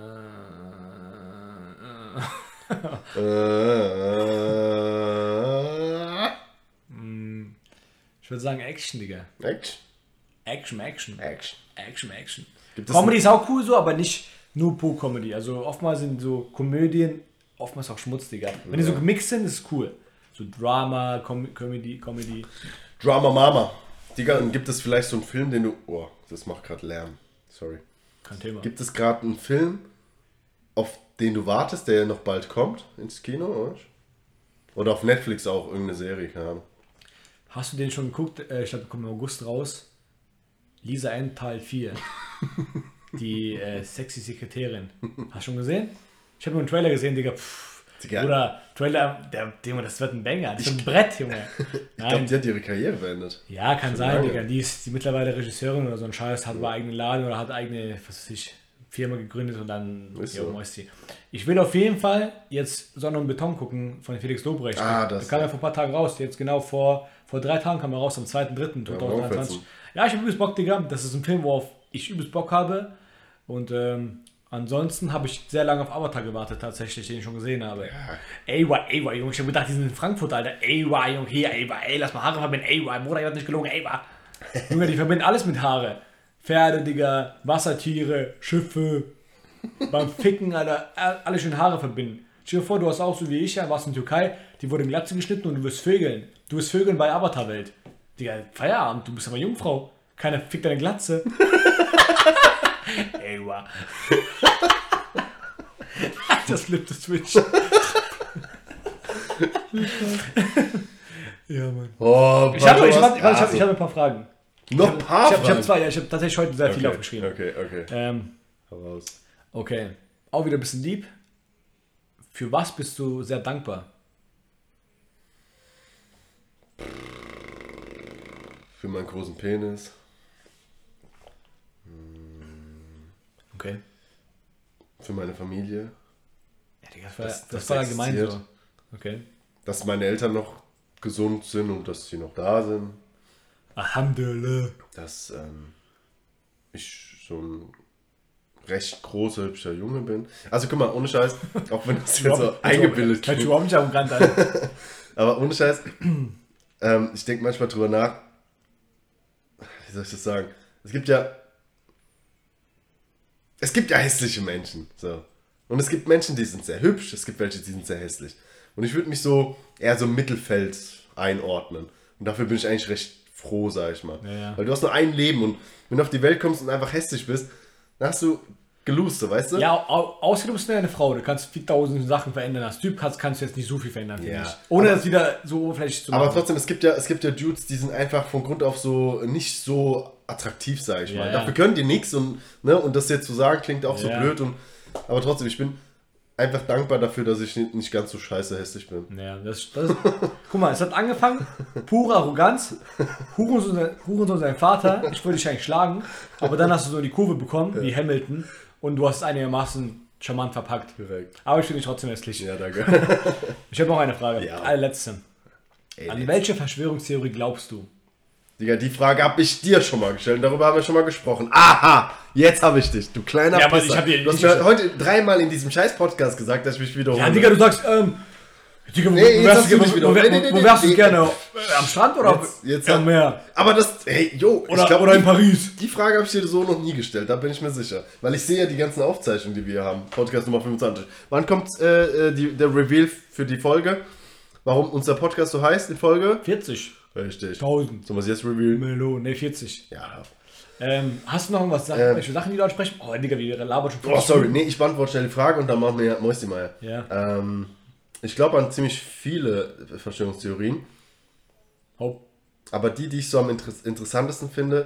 Äh, ich würde sagen Action, Digga. Action? Action, Action. Action. Action, Action. Gibt es Comedy ist auch cool so, aber nicht nur pur Comedy. Also oftmals sind so Komödien, oftmals auch Schmutz, Digga. Wenn die so gemixt sind, ist es cool. So Drama, Com Comedy, Comedy. Drama Mama. Digga, und gibt es vielleicht so einen Film, den du... Oh, das macht gerade Lärm. Sorry. Kein Thema. Gibt es gerade einen Film, auf den du wartest, der noch bald kommt ins Kino? Oder, oder auf Netflix auch irgendeine Serie, keine Ahnung. Hast du den schon geguckt? Äh, Ich glaube, der kommt im August raus. Lisa N. Teil vier. Die äh, sexy Sekretärin. Hast du schon gesehen? Ich habe nur einen Trailer gesehen, Digga. Pff, Digga. Oder Trailer, der, Junge, das wird ein Banger. Das wird ein Brett, Junge. Ich glaube, die hat ihre Karriere beendet. Ja, kann Schon sein, lange. Digga. Die ist die mittlerweile Regisseurin oder so ein Scheiß, hat aber eigenen Laden oder hat eigene, was weiß ich, Firma gegründet und dann Ist jo, so. Mäusti. Ich will auf jeden Fall jetzt Sonne und Beton gucken von Felix Lobrecht. Ah, Der das- kam ja vor ein paar Tagen raus. Jetzt genau vor, vor drei Tagen kam er raus, am zweiten dritten zweitausenddreiundzwanzig. Ja, ich habe übelst Bock, Digga. Das ist ein Film, worauf ich übelst Bock habe. Und ähm, ansonsten habe ich sehr lange auf Avatar gewartet, tatsächlich, den ich schon gesehen habe. Ey, wa, ey, wa, Junge, ich habe gedacht, die sind in Frankfurt, Alter. Ey, wa, Junge, hier, ey, wa, ey, lass mal Haare verbinden. Ey, wa, Bruder, ich hab nicht gelogen, ey, wa. Junge, die verbinden alles mit Haare. Pferde, Digga, Wassertiere, Schiffe. Beim Ficken, Alter, alle schön Haare verbinden. Stell dir vor, du hast auch so wie ich, ja, warst in der Türkei, die wurde in Glatze geschnitten und du wirst vögeln. Du wirst vögeln bei Avatar-Welt. Digga, Feierabend, du bist aber Jungfrau. Keiner fickt deine Glatze. Ey, wa. Das flippt das Switch. Ja, Mann. Oh, Ich habe ich hab, ich was- hab, ich hab ein paar Fragen. Noch ein paar Ich habe Fragen? hab zwei, ja, ich habe tatsächlich heute sehr viel Okay, aufgeschrieben. okay, okay. Ähm, Hau raus. okay, auch wieder ein bisschen lieb. Für was bist du sehr dankbar? Für meinen großen Penis. Okay. Für meine Familie. Ja, Digga, das war, Das- das, das war gemeint so. existiert. Okay. Dass meine Eltern noch gesund sind und dass sie noch da sind. Alhamdulillah. Dass ähm, ich so ein recht großer, hübscher Junge bin. Also guck mal, ohne Scheiß, auch wenn das jetzt so eingebildet Kannst du klingt. überhaupt nicht arrogant, Alter. Aber ohne Scheiß, ähm, ich denke manchmal drüber nach, wie soll ich das sagen? Es gibt ja, es gibt ja hässliche Menschen, so. Und es gibt Menschen, die sind sehr hübsch, es gibt welche, die sind sehr hässlich. Und ich würde mich so eher so im Mittelfeld einordnen. Und dafür bin ich eigentlich recht froh, sag ich mal. Ja, ja. Weil du hast nur ein Leben und wenn du auf die Welt kommst und einfach hässlich bist, dann hast du gelost, so, weißt du? Ja, au, außer du bist nur eine Frau, du kannst viertausend Sachen verändern. Als Typ kannst, kannst du jetzt nicht so viel verändern, finde Ja. ich. Ohne das wieder so oberflächlich zu machen. Aber trotzdem, es gibt ja, es gibt ja Dudes, die sind einfach von Grund auf so nicht so attraktiv, sag ich Ja, mal. ja. Dafür können die nichts und, ne, und das jetzt zu sagen klingt auch so Ja. blöd. Und, aber trotzdem, ich bin einfach dankbar dafür, dass ich nicht, nicht ganz so scheiße hässlich bin. Ja, das, das guck mal, es hat angefangen, pure Arroganz, Hurensohn, Hurensohn sein Vater, ich wollte dich eigentlich schlagen, aber dann hast du so die Kurve bekommen, wie Hamilton, und du hast es einigermaßen charmant verpackt. Korrekt. Aber ich finde dich trotzdem hässlich. Ja, danke. Ich habe noch eine Frage, Ja. allerletzte. Ey, An jetzt- welche Verschwörungstheorie glaubst du? Digga, die Frage habe ich dir schon mal gestellt und darüber haben wir schon mal gesprochen. Aha, jetzt habe ich dich, du kleiner Ja, aber Pisser. ich hab dir Du hast nicht mir gestellt. heute dreimal in diesem scheiß Podcast gesagt, dass ich mich wiederhole. Ja, Digga, du sagst, ähm, Digga, wo, Nee, wo jetzt wärst hast du, du mich wo, wieder- wo, Nee, wo, nee, nee, wo wärst du nee. gerne? Äh, am Strand oder Jetzt- jetzt am hab- Meer? Aber das, hey, yo, Oder, ich glaub, oder in die- Paris? Die Frage habe ich dir so noch nie gestellt, da bin ich mir sicher. Weil ich sehe ja die ganzen Aufzeichnungen, die wir haben. Podcast Nummer fünfundzwanzig. Wann kommt äh, äh, die, der Reveal für die Folge? Warum unser Podcast so heißt, die Folge? vierzig. Richtig. tausend. Sollen wir es jetzt revealen? Millionen, ne, vierzig. Ja. Ähm, hast du noch irgendwas, Sachen, Ähm. welche Sachen, die du ansprechen? Oh, Digga, wir labern schon Oh, sorry, nee, ich beantworte schnell die Frage und dann machen wir Mäusi mal. Ja. Ähm, ich glaube an ziemlich viele Verschwörungstheorien, Hopp. aber die, die ich so am inter interessantesten finde,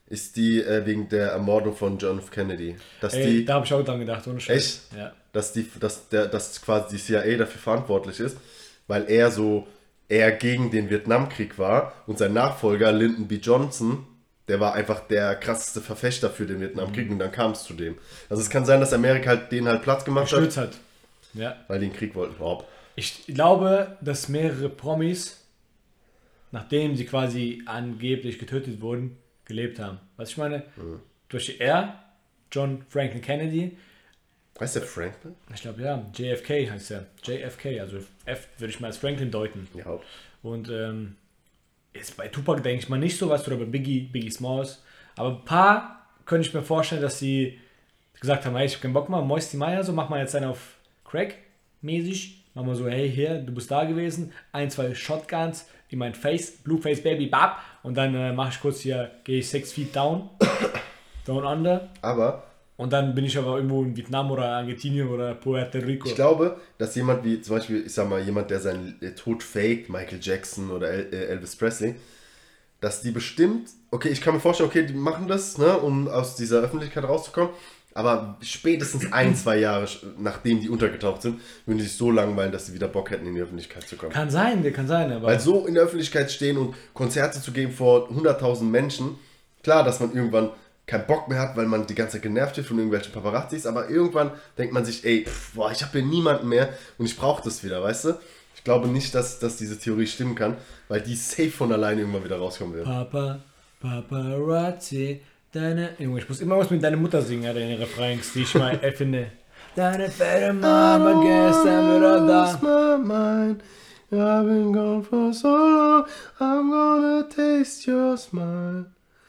ist die äh, wegen der Ermordung von John F. Kennedy. Dass Ey, die, da habe ich auch dran gedacht, ohne Scheiß. Echt? Ja. Dass, die, dass, der, dass quasi die C I A dafür verantwortlich ist, weil er so, er gegen den Vietnamkrieg war und sein Nachfolger Lyndon B. Johnson, der war einfach der krasseste Verfechter für den Vietnamkrieg mhm. und dann kam es zu dem. Also es kann sein, dass Amerika halt den halt Platz gemacht Gestürzt hat, hat. Ja. weil die den Krieg wollten. Oh. Ich glaube, dass mehrere Promis, nachdem sie quasi angeblich getötet wurden, gelebt haben. Was ich meine? Mhm. Durch er, John Franklin Kennedy. Heißt der Franklin? Ich glaube ja, J F K heißt er. J F K, also F würde ich mal als Franklin deuten. Ja. Und ähm, ist bei Tupac denke ich mal nicht so was, oder bei Biggie, Biggie Smalls. Aber ein paar könnte ich mir vorstellen, dass sie gesagt haben, hey, ich hab keinen Bock mehr, Moisty Meyer, so mach mal jetzt einen auf Crack mäßig. Mach mal so, hey, hier, du bist da gewesen. Ein, zwei Shotguns in mein Face, Blue Face Baby, bap. Und dann äh, mache ich kurz hier, gehe ich six feet down. Down under. Aber und dann bin ich aber irgendwo in Vietnam oder Argentinien oder Puerto Rico. Ich glaube, dass jemand wie, zum Beispiel, ich sag mal, jemand, der seinen Tod faked, Michael Jackson oder Elvis Presley, dass die bestimmt, okay, ich kann mir vorstellen, okay, die machen das, ne, um aus dieser Öffentlichkeit rauszukommen, aber spätestens ein, zwei Jahre, nachdem die untergetaucht sind, würden die sich so langweilen, dass sie wieder Bock hätten, in die Öffentlichkeit zu kommen. Kann sein, der kann sein, aber... Weil so in der Öffentlichkeit stehen und Konzerte zu geben vor hunderttausend Menschen, klar, dass man irgendwann keinen Bock mehr hat, weil man die ganze Zeit genervt wird von irgendwelchen Paparazzis, aber irgendwann denkt man sich, ey, pff, boah, ich habe hier niemanden mehr und ich brauche das wieder, weißt du? Ich glaube nicht, dass, dass diese Theorie stimmen kann, weil die safe von alleine irgendwann wieder rauskommen wird. Papa, Paparazzi, deine... Junge, ich muss immer was mit deiner Mutter singen, ja, deine Refrains, die ich mal erfinde. Deine fette Mama gestern wieder da. My mind. I've been gone for so long, I'm gonna taste your smile.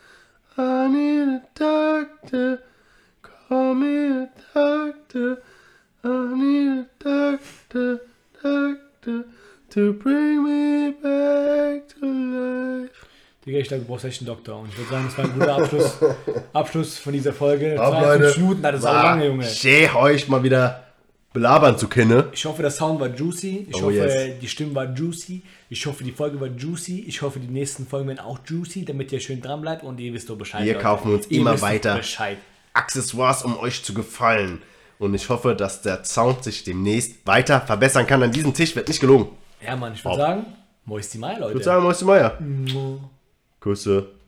I need a doctor, call me a doctor. I need a doctor, doctor, to bring me back to life. Digga, ich glaube, du brauchst echt einen Doktor. Und ich würde sagen, das war ein guter Abschluss, Abschluss von dieser Folge. zweiundfünfzig Minuten, das ist auch lange, Junge. Ich euch mal wieder belabern zu können. Ich hoffe, der Sound war juicy. Ich oh, hoffe, yes. die Stimme war juicy. Ich hoffe, die Folge war juicy. Ich hoffe, die nächsten Folgen werden auch juicy, damit ihr schön dran bleibt und ihr wisst doch Bescheid. Wir Leute. kaufen uns ihr immer weiter Bescheid. Accessoires, um euch zu gefallen. Und ich hoffe, dass der Sound sich demnächst weiter verbessern kann. An diesem Tisch wird nicht gelogen. Ja, Mann, ich würde sagen, Moisty Meyer, Leute. Ich würde sagen, Moisty Meyer. Küsse.